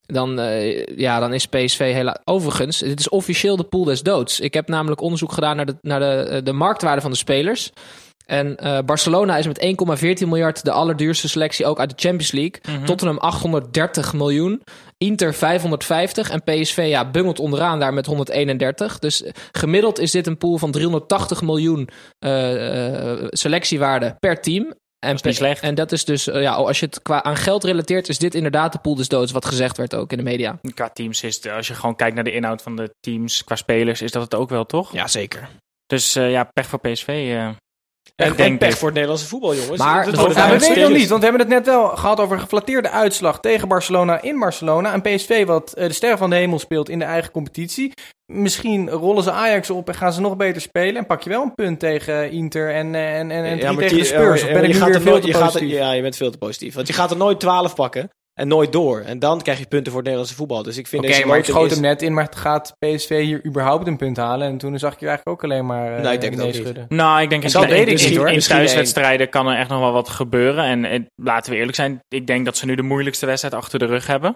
dan is PSV helaas... Overigens, dit is officieel de pool des doods. Ik heb namelijk onderzoek gedaan naar de marktwaarde van de spelers. En Barcelona is met 1,14 miljard de allerduurste selectie ook uit de Champions League. Mhm. Tottenham 830 miljoen. Inter 550 en PSV bungelt onderaan daar met 131. Dus gemiddeld is dit een pool van 380 miljoen selectiewaarde per team. Dat is niet slecht. En dat is dus, als je het aan geld relateert, is dit inderdaad de pool des doods, wat gezegd werd ook in de media. Qua teams is het, als je gewoon kijkt naar de inhoud van de teams, qua spelers, is dat het ook wel, toch? Ja, zeker. Dus pech voor PSV. En pech voor het Nederlandse voetbal, jongens. Maar Dat We wordt weten uiteindelijk nog niet, want we hebben het net wel gehad over een geflatteerde uitslag tegen Barcelona in Barcelona. En PSV wat de ster van de hemel speelt in de eigen competitie. Misschien rollen ze Ajax op en gaan ze nog beter spelen. En pak je wel een punt tegen Inter en tegen de Spurs. Of ben ik nu weer veel te positief? Ja, je bent veel te positief. Want je gaat er nooit 12 pakken en nooit door. En dan krijg je punten voor het Nederlandse voetbal. Dus ik vind Oké, maar ik schoot hem net in, maar gaat PSV hier überhaupt een punt halen? En toen zag ik je eigenlijk ook alleen maar Nee, ik denk het ook schudden. Nou, ik denk Dat weet ik niet, hoor. in Misschien thuiswedstrijden kan er echt nog wel wat gebeuren. En laten we eerlijk zijn, ik denk dat ze nu de moeilijkste wedstrijd achter de rug hebben.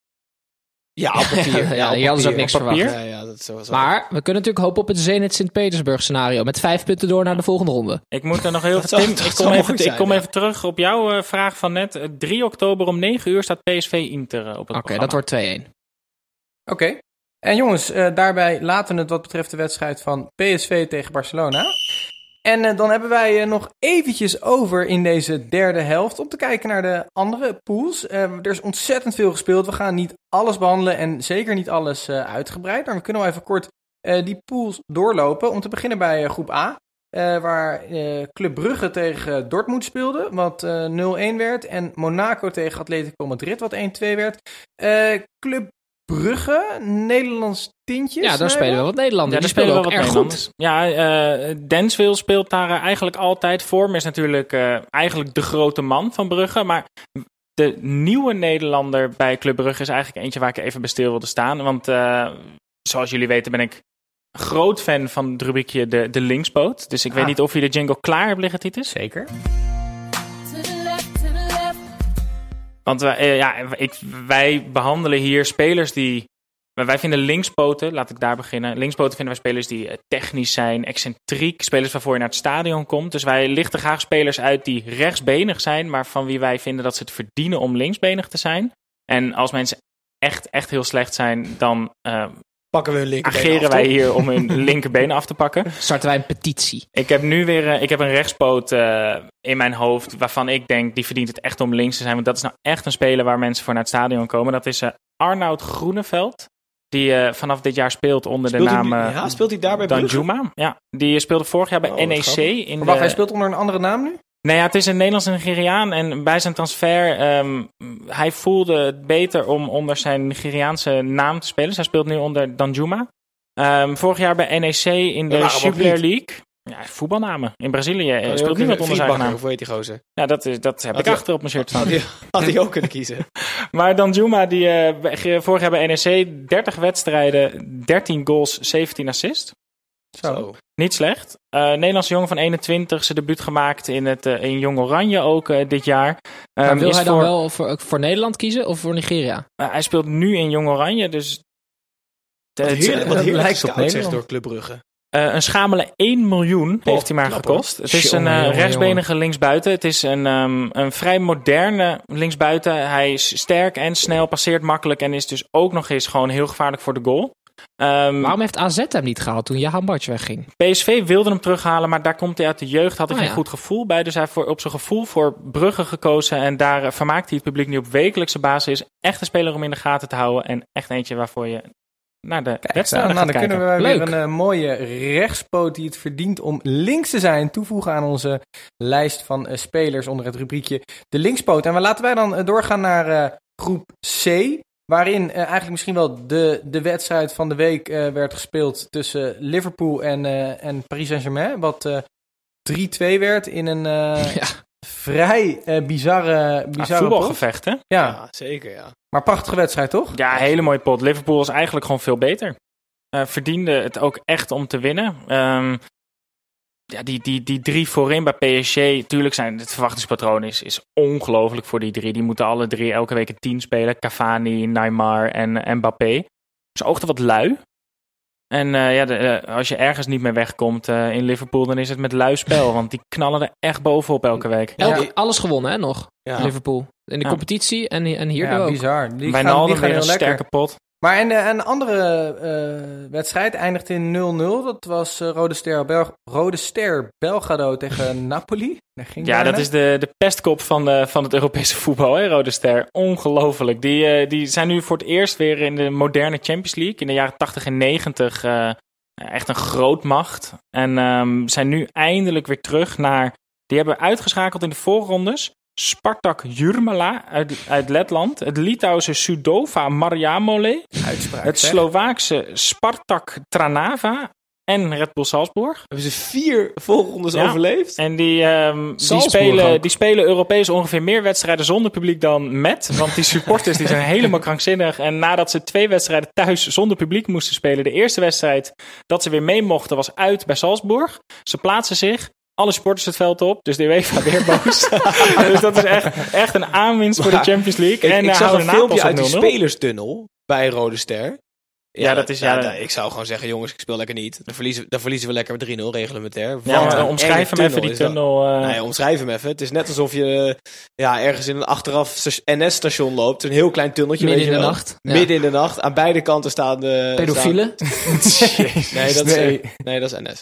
Ja, op papier. Ja, hier hadden ze ook niks Op papier. Ja, ja, dat is zo. Maar we kunnen natuurlijk hopen op het Zenit Sint-Petersburg scenario. Met 5 punten door naar de volgende ronde. Ik moet er nog heel Dat veel... zou- Tim, dat ik zou kom, goed even, zijn, ja. even terug op jouw vraag van net. 3 oktober om 9 uur staat PSV Inter op het Oké, programma. dat wordt 2-1. Oké. En jongens, daarbij laten we het wat betreft de wedstrijd van PSV tegen Barcelona. En dan hebben wij nog eventjes over in deze derde helft om te kijken naar de andere pools. Er is ontzettend veel gespeeld. We gaan niet alles behandelen en zeker niet alles uitgebreid. Maar we kunnen wel even kort die pools doorlopen. Om te beginnen bij groep A. Waar Club Brugge tegen Dortmund speelde, wat 0-1 werd. En Monaco tegen Atletico Madrid, wat 1-2 werd. Club Brugge, Nederlands tintjes. Ja, daar spelen we wat Nederlanders. Ja, Die spelen ook wat erg Nederlanders. goed. Ja, Denswil speelt daar eigenlijk altijd. Vorm is natuurlijk eigenlijk de grote man van Brugge. Maar de nieuwe Nederlander bij Club Brugge is eigenlijk eentje waar ik even bij stil wilde staan. Want zoals jullie weten ben ik groot fan van het rubriekje de linkspoot. Dus ik weet niet of je de jingle klaar hebt liggen, Titus. Zeker. Want wij behandelen hier spelers die... Wij vinden linkspoten, laat ik daar beginnen. Linkspoten vinden wij spelers die technisch zijn, excentriek. Spelers waarvoor je naar het stadion komt. Dus wij lichten graag spelers uit die rechtsbenig zijn, maar van wie wij vinden dat ze het verdienen om linksbenig te zijn. En als mensen echt heel slecht zijn, dan pakken we hun linkerbeen ageren af, wij toch? hier om hun linkerbeen af te pakken. Starten wij een petitie. Ik heb nu weer ik heb een rechtspoot in mijn hoofd waarvan ik denk, die verdient het echt om links te zijn. Want dat is nou echt een speler waar mensen voor naar het stadion komen. Dat is Arnoud Groeneveld. Die vanaf dit jaar speelt onder de naam speelt hij daar bij Brugge? Danjuma. Ja, die speelde vorig jaar bij NEC. grappig. Maar wacht, hij speelt onder een andere naam nu? Nee, ja, het is een Nederlands-Nigeriaan. En bij zijn transfer, hij voelde het beter om onder zijn Nigeriaanse naam te spelen. Dus hij speelt nu onder Danjuma. Vorig jaar bij NEC in de Jupiler League. Ja, voetbalnamen. In Brazilië speelt niemand onder zijn naam. Of weet die gozer? Ja, dat heb ik achter op mijn shirt staan. Had hij ook kunnen kiezen. Maar Danjuma, die vorig jaar bij NEC 30 wedstrijden, 13 goals, 17 assists. Zo. Niet slecht. Nederlandse jongen van 21, zijn debuut gemaakt in Jong Oranje ook dit jaar. Maar wil hij dan wel voor Nederland kiezen of voor Nigeria? Hij speelt nu in Jong Oranje, dus... Wat heerlijk lijkt scout, op Nederland. zegt door Club Brugge. Een schamele 1 miljoen heeft hij maar gekost. Het is een rechtsbenige linksbuiten. Het is een vrij moderne linksbuiten. Hij is sterk en snel, passeert makkelijk en is dus ook nog eens gewoon heel gevaarlijk voor de goal. Waarom heeft AZ hem niet gehaald toen Jahan Bartsch wegging? PSV wilde hem terughalen, maar daar komt hij uit de jeugd. Had hij geen goed gevoel bij. Dus hij heeft op zijn gevoel voor Brugge gekozen. En daar vermaakt hij het publiek nu op wekelijkse basis. Echt een speler om in de gaten te houden. En echt eentje waarvoor je naar de wedstrijden gaat dan kijken. kunnen we weer een mooie rechtspoot die het verdient om links te zijn toevoegen aan onze lijst van spelers onder het rubriekje de linkspoot. En laten wij dan doorgaan naar groep C. Waarin eigenlijk misschien wel de wedstrijd van de week werd gespeeld tussen Liverpool en Paris Saint-Germain. Wat 3-2 werd in een vrij bizarre voetbalgevecht, hè? Ja, zeker, ja. Maar prachtige wedstrijd, toch? Ja, hele mooie pot. Liverpool was eigenlijk gewoon veel beter. Verdiende het ook echt om te winnen. Die 3 voorin bij PSG, tuurlijk het verwachtingspatroon is ongelooflijk voor die 3. Die moeten alle 3 elke week een 10 spelen. Cavani, Neymar en Mbappé. Ze oogden wat lui. En als je ergens niet meer wegkomt in Liverpool, dan is het met lui spel. Want die knallen er echt bovenop elke week. Alles gewonnen, hè, nog? Ja. Liverpool. In de competitie en hier ook. Bizar. Wijnaldum weer een sterke pot. Maar een andere wedstrijd eindigt in 0-0. Dat was Rode Ster Belgrado tegen Napoli. Dat is de pestkop van het Europese voetbal, hè, Rode Ster. Ongelooflijk. Die zijn nu voor het eerst weer in de moderne Champions League. In de jaren 80 en 90 echt een grootmacht. En zijn nu eindelijk weer terug naar... Die hebben uitgeschakeld in de voorrondes Spartak Jurmala uit Letland. Het Litouwse Sudova Mariamole. Het Slovaakse Spartak Trnava. En Red Bull Salzburg. Hebben ze 4 voorrondes overleefd? En die spelen Europees ongeveer meer wedstrijden zonder publiek dan met. Want die supporters die zijn helemaal krankzinnig. En nadat ze 2 wedstrijden thuis zonder publiek moesten spelen. De eerste wedstrijd dat ze weer mee mochten was uit bij Salzburg. Ze plaatsen zich. Alle supporters het veld op, dus de UEFA weer boos. Dus dat is echt een aanwinst voor de Champions League. Ik zag een filmpje uit die spelerstunnel bij Rode Ster. Ik zou gewoon zeggen, jongens, ik speel lekker niet. Dan verliezen we lekker met 3-0 reglementair. Omschrijf hem even die tunnel. Omschrijf hem even. Het is net alsof je ergens in een achteraf NS-station loopt. Een heel klein tunneltje. Midden in de nacht. Midden in de nacht. Aan beide kanten staan de... Pedofielen? Nee, dat is NS.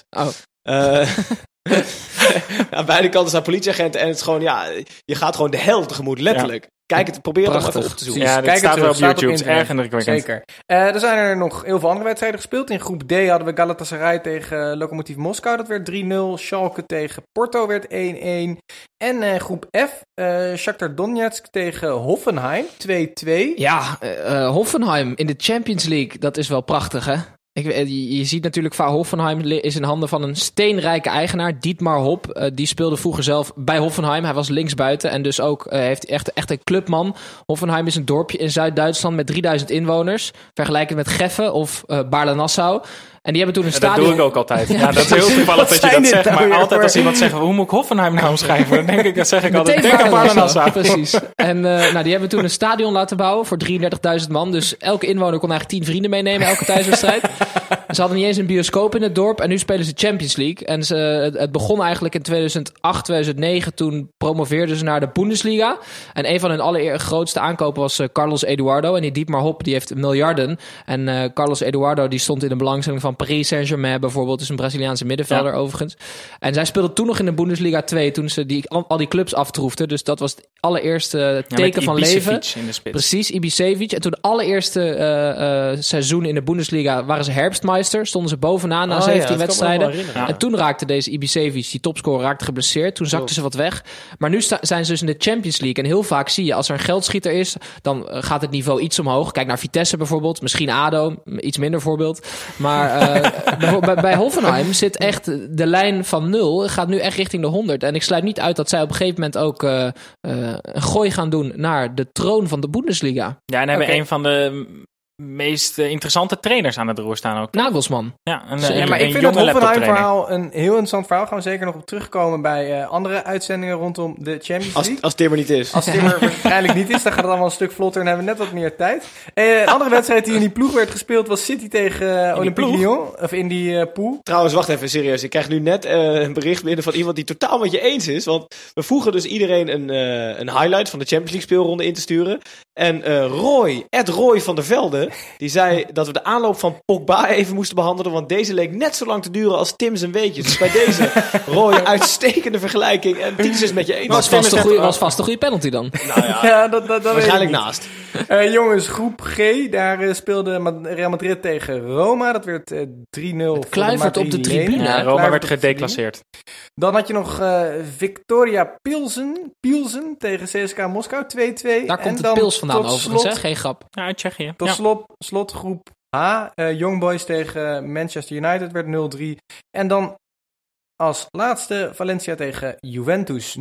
Aan beide kanten staan politieagenten en het is gewoon, je gaat gewoon de hel tegemoet, letterlijk. Kijk probeer het even op te zoeken. Ja, dat staat wel op YouTube, het is erg indrukwekkend. Zeker. Er zijn er nog heel veel andere wedstrijden gespeeld. In groep D hadden we Galatasaray tegen Lokomotiv Moskou, dat werd 3-0. Schalke tegen Porto werd 1-1. En groep F, Shakhtar Donetsk tegen Hoffenheim, 2-2. Ja, Hoffenheim in de Champions League, dat is wel prachtig, hè? Je ziet natuurlijk vaak Hoffenheim is in handen van een steenrijke eigenaar, Dietmar Hopp. Die speelde vroeger zelf bij Hoffenheim. Hij was linksbuiten en dus ook heeft echt een clubman. Hoffenheim is een dorpje in Zuid-Duitsland met 3000 inwoners. Vergelijkend met Geffen of Baarle-Nassau. En die hebben toen een stadion... Dat doe ik ook altijd. Ja, dat is heel toevallig dat je dat zegt. Maar altijd als iemand zegt, hoe moet ik Hoffenheim nou omschrijven? Dan zeg ik altijd, denk aan Baarle-Nassau. Precies. En die hebben toen een stadion laten bouwen voor 33.000 man. Dus elke inwoner kon eigenlijk 10 vrienden meenemen, elke thuiswedstrijd. Ze hadden niet eens een bioscoop in het dorp. En nu spelen ze Champions League. En het begon eigenlijk in 2008, 2009. Toen promoveerden ze naar de Bundesliga. En een van hun allergrootste aankopen was Carlos Eduardo. En die Dietmar Hopp, die heeft miljarden. En Carlos Eduardo, die stond in de belangstelling van Paris Saint-Germain bijvoorbeeld. Dus een Braziliaanse middenvelder overigens. En zij speelden toen nog in de Bundesliga 2. Toen ze al die clubs aftroefden. Dus dat was het allereerste teken van leven. In de spits. Precies, Ibisevic. En toen de allereerste seizoen in de Bundesliga waren ze herfstmeister. Topmeister stonden ze bovenaan na 17 wedstrijden. Ja. En toen raakte deze Ibisevic, die topscorer, geblesseerd. Toen zakten ze wat weg. Maar nu zijn ze dus in de Champions League. En heel vaak zie je, als er een geldschieter is, dan gaat het niveau iets omhoog. Kijk naar Vitesse bijvoorbeeld. Misschien ADO, iets minder voorbeeld. Maar bij Hoffenheim zit echt de lijn van 0. Gaat nu echt richting de 100. En ik sluit niet uit dat zij op een gegeven moment ook een gooi gaan doen naar de troon van de Bundesliga. Ja, en hebben een van de meest interessante trainers aan het roer staan ook. Nagelsman. Ja, maar ik vind het Hoffenheim-verhaal een heel interessant verhaal. Gaan we zeker nog op terugkomen bij andere uitzendingen rondom de Champions League. Als Timmer niet is. Als Timmer waarschijnlijk niet is, dan gaat het allemaal een stuk vlotter en hebben we net wat meer tijd. Een andere wedstrijd die in die ploeg werd gespeeld was City tegen Olympique Lyon. Of in die pool. Trouwens, wacht even, serieus. Ik krijg nu net een bericht binnen van iemand die totaal met je eens is. Want we vroegen dus iedereen een highlight van de Champions League speelronde in te sturen. En Roy van der Velde, die zei dat we de aanloop van Pogba even moesten behandelen, want deze leek net zo lang te duren als Tim zijn weetjes. Dus bij deze, Roy, uitstekende vergelijking. En Tim is het met je eens. Was vast een goede penalty dan. Nou ja, dat waarschijnlijk naast. Jongens, groep G, daar speelde Real Madrid tegen Roma. Dat werd 3-0. Kluivert op de tribune. Ja, Roma werd gedeclasseerd. Dan had je nog Victoria Pilsen tegen CSKA Moskou, 2-2. Daar komt het pils vandaan overigens, hè? Geen grap. Ja, uit Tsjechië. Tot slot groep H, Young Boys tegen Manchester United werd 0-3. En dan als laatste Valencia tegen Juventus 0-2.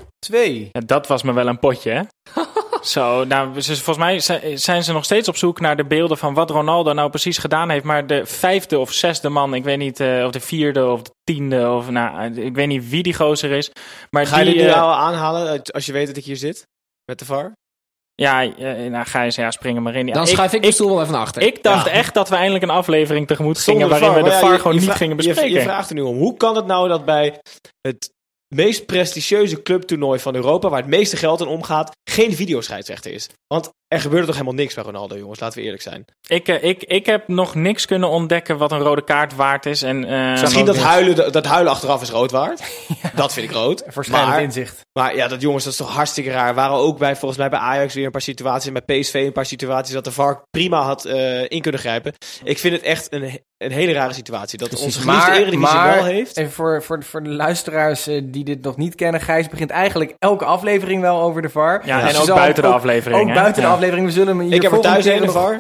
Ja, dat was me wel een potje, hè? Zo, nou, volgens mij zijn ze nog steeds op zoek naar de beelden van wat Ronaldo nou precies gedaan heeft. Maar de 5e of 6e man, ik weet niet, of de 4e of de 10e, of nou, ik weet niet wie die gozer is. Maar ga je dit nu al aanhalen als je weet dat ik hier zit? Met de VAR? Ja, nou Gijs, spring er maar in. Dan schuif ik de stoel wel even naar achter. Ik dacht echt dat we eindelijk een aflevering tegemoet gingen waarin we de VAR gewoon niet gingen bespreken. Je vraagt er nu om. Hoe kan het nou dat bij het meest prestigieuze clubtoernooi van Europa, waar het meeste geld in omgaat, geen videoscheidsrechter is? Want er gebeurde toch helemaal niks bij Ronaldo, jongens. Laten we eerlijk zijn. Ik heb nog niks kunnen ontdekken wat een rode kaart waard is. En, misschien dat huilen achteraf is rood waard. Ja. Dat vind ik rood. Verschillend inzicht. Maar ja, dat is toch hartstikke raar. Waren ook volgens mij bij Ajax weer een paar situaties. En bij PSV een paar situaties dat de VAR prima had in kunnen grijpen. Ik vind het echt een hele rare situatie. Dat onze geliefde Eredivisie wel heeft. En voor de luisteraars die dit nog niet kennen. Gijs begint eigenlijk elke aflevering wel over de VAR. Ja, dus en ook buiten de aflevering. Ook buiten de aflevering. We zullen hem hier ik heb er thuis een VAR.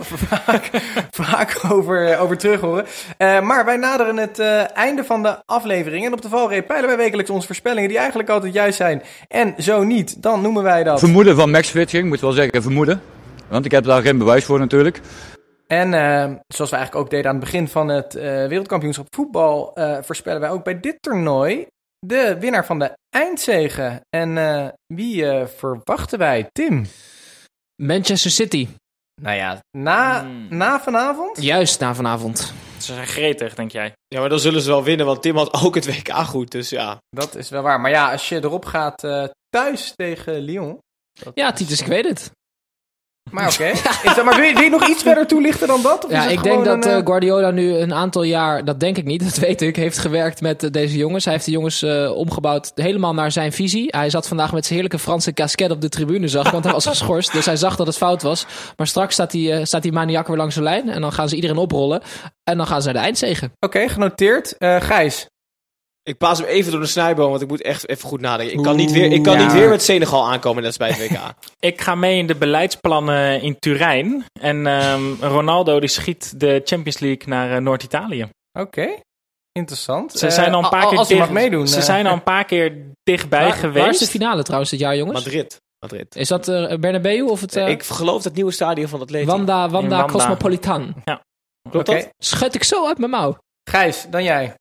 Vaak over terug horen. Maar wij naderen het einde van de aflevering. En op de valreep peilen wij wekelijks onze voorspellingen die eigenlijk altijd juist zijn. En zo niet, dan noemen wij dat vermoeden van matchfixing, moet wel zeggen vermoeden. Want ik heb daar geen bewijs voor natuurlijk. En zoals we eigenlijk ook deden aan het begin van het wereldkampioenschap voetbal, voorspellen wij ook bij dit toernooi de winnaar van de eindzege. En wie verwachten wij, Tim? Manchester City. Nou ja, na vanavond? Juist na vanavond. Ze zijn gretig, denk jij? Ja, maar dan zullen ze wel winnen, want Tim had ook het WK goed, dus ja. Dat is wel waar. Maar ja, als je erop gaat thuis tegen Lyon. Ja, Titus, ik weet het. Maar oké. Maar wil je nog iets verder toelichten dan dat? Of ja, ik denk dat Guardiola nu een aantal jaar, dat denk ik niet, dat weet ik, heeft gewerkt met deze jongens. Hij heeft de jongens omgebouwd helemaal naar zijn visie. Hij zat vandaag met zijn heerlijke Franse casquette op de tribune, zag ik, want hij was geschorst. Dus hij zag dat het fout was. Maar straks staat die maniak weer langs de lijn en dan gaan ze iedereen oprollen. En dan gaan ze naar de eindzege. Oké, genoteerd. Gijs? Ik paas hem even door de snijboom, want ik moet echt even goed nadenken. Ik kan niet weer met Senegal aankomen, net als bij het WK. Ik ga mee in de beleidsplannen in Turijn. En Ronaldo die schiet de Champions League naar Noord-Italië. Oké, interessant. Ze zijn al een paar keer mag meedoen. Ze zijn al een paar keer dichtbij geweest. Waar is de finale trouwens dit jaar, jongens? Madrid. Is dat Bernabeu of het... Ik geloof het nieuwe stadion van Atletico. Wanda Cosmopolitan. Ja. Klopt dat? Schud ik zo uit mijn mouw. Gijs, dan jij.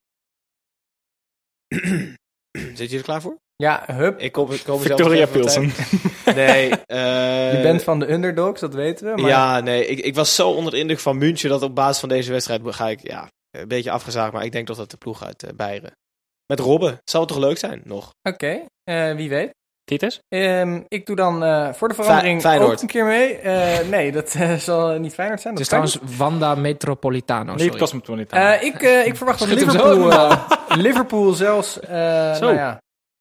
Zit je er klaar voor? Ja, hup. Ik kom Victoria Pilsen. Nee. Je bent van de underdogs, dat weten we. Maar... Ja, nee. Ik was zo onder de indruk van München dat op basis van deze wedstrijd ga ik een beetje afgezaagd. Maar ik denk toch dat de ploeg uit Beieren. Met Robben. Zou het toch leuk zijn nog? Oké, wie weet. Titus? Ik doe dan voor de verandering ook een keer mee. Nee, dat zal niet Feyenoord zijn. Het is trouwens Wanda Metropolitano. Niet Cosmopolitano. Ik verwacht dat Liverpool zelfs... nou ja,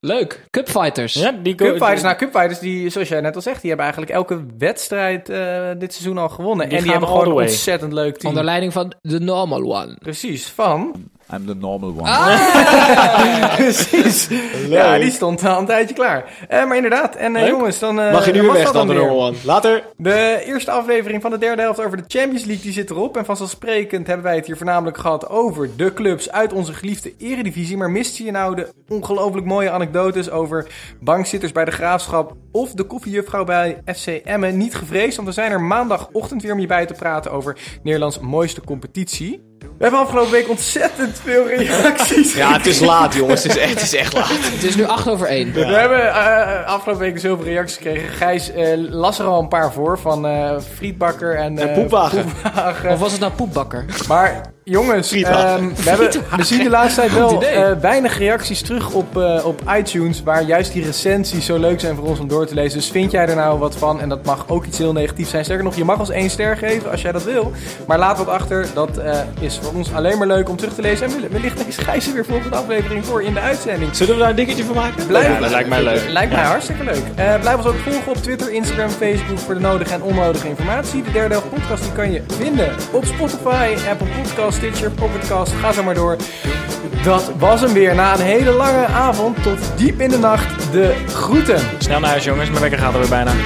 Leuk. Cupfighters. Ja, Cupfighters, die, zoals jij net al zegt, die hebben eigenlijk elke wedstrijd dit seizoen al gewonnen. Die en die hebben all gewoon the een way. ontzettend leuk team. Onder leiding van The Normal One. Precies, van... I'm the normal one. Precies. Ja, die stond al een tijdje klaar. Maar inderdaad, en jongens, dan... Mag je nu weer weg dan, de nummer one. Later. De eerste aflevering van de derde helft over de Champions League, die zit erop. En vanzelfsprekend hebben wij het hier voornamelijk gehad over de clubs uit onze geliefde eredivisie. Maar mist je nou de ongelooflijk mooie anekdotes over bankzitters bij de Graafschap of de koffiejuffrouw bij FC Emmen? Niet gevreesd, want we zijn er maandagochtend weer om je bij te praten over Nederlands mooiste competitie. We hebben afgelopen week ontzettend veel reacties. Ja, het is laat, jongens. Het is echt laat. Het is nu 1:08. Ja. We hebben afgelopen week zoveel reacties gekregen. Gijs las er al een paar voor van Frietbakker en Poepwagen. Of was het nou Poepbakker? Maar jongens, we zien de laatste tijd wel weinig reacties terug op iTunes, waar juist die recensies zo leuk zijn voor ons om door te lezen. Dus vind jij er nou wat van? En dat mag ook iets heel negatiefs zijn. Sterker nog, je mag ons 1 ster geven als jij dat wil. Maar laat wat achter. Dat is voor ons alleen maar leuk om terug te lezen. En wellicht leest Gijs er weer volgende aflevering voor in de uitzending. Zullen we daar een dingetje van maken? Dat lijkt mij leuk. Lijkt mij hartstikke leuk. Blijf ons ook volgen op Twitter, Instagram, Facebook voor de nodige en onnodige informatie. De derde helft podcast die kan je vinden op Spotify, Apple Podcasts, Stitcher, Pocketcast. Ga zo maar door. Dat was hem weer. Na een hele lange avond tot diep in de nacht. De groeten. Snel naar huis, jongens. Mijn wekker gaat er weer bijna.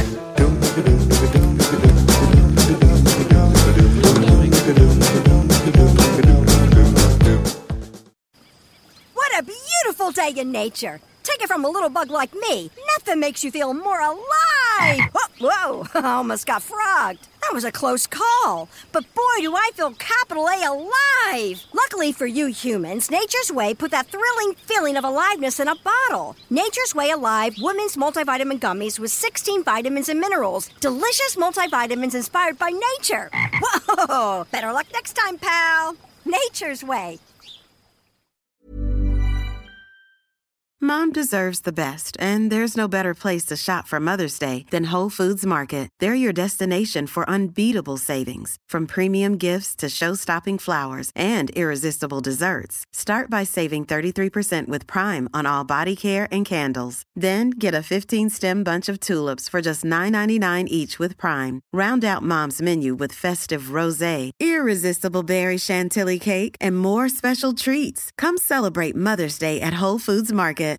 What a beautiful day in nature. Take it from a little bug like me. Nothing makes you feel more alive. Whoa, I almost got frogged. That was a close call. But boy, do I feel capital A alive. Luckily for you humans, Nature's Way put that thrilling feeling of aliveness in a bottle. Nature's Way Alive Women's Multivitamin Gummies with 16 vitamins and minerals. Delicious multivitamins inspired by nature. Whoa, better luck next time, pal. Nature's Way. Mom deserves the best, and there's no better place to shop for Mother's Day than Whole Foods Market. They're your destination for unbeatable savings, from premium gifts to show-stopping flowers and irresistible desserts. Start by saving 33% with Prime on all body care and candles. Then get a 15-stem bunch of tulips for just $9.99 each with Prime. Round out Mom's menu with festive rosé, irresistible berry chantilly cake, and more special treats. Come celebrate Mother's Day at Whole Foods Market.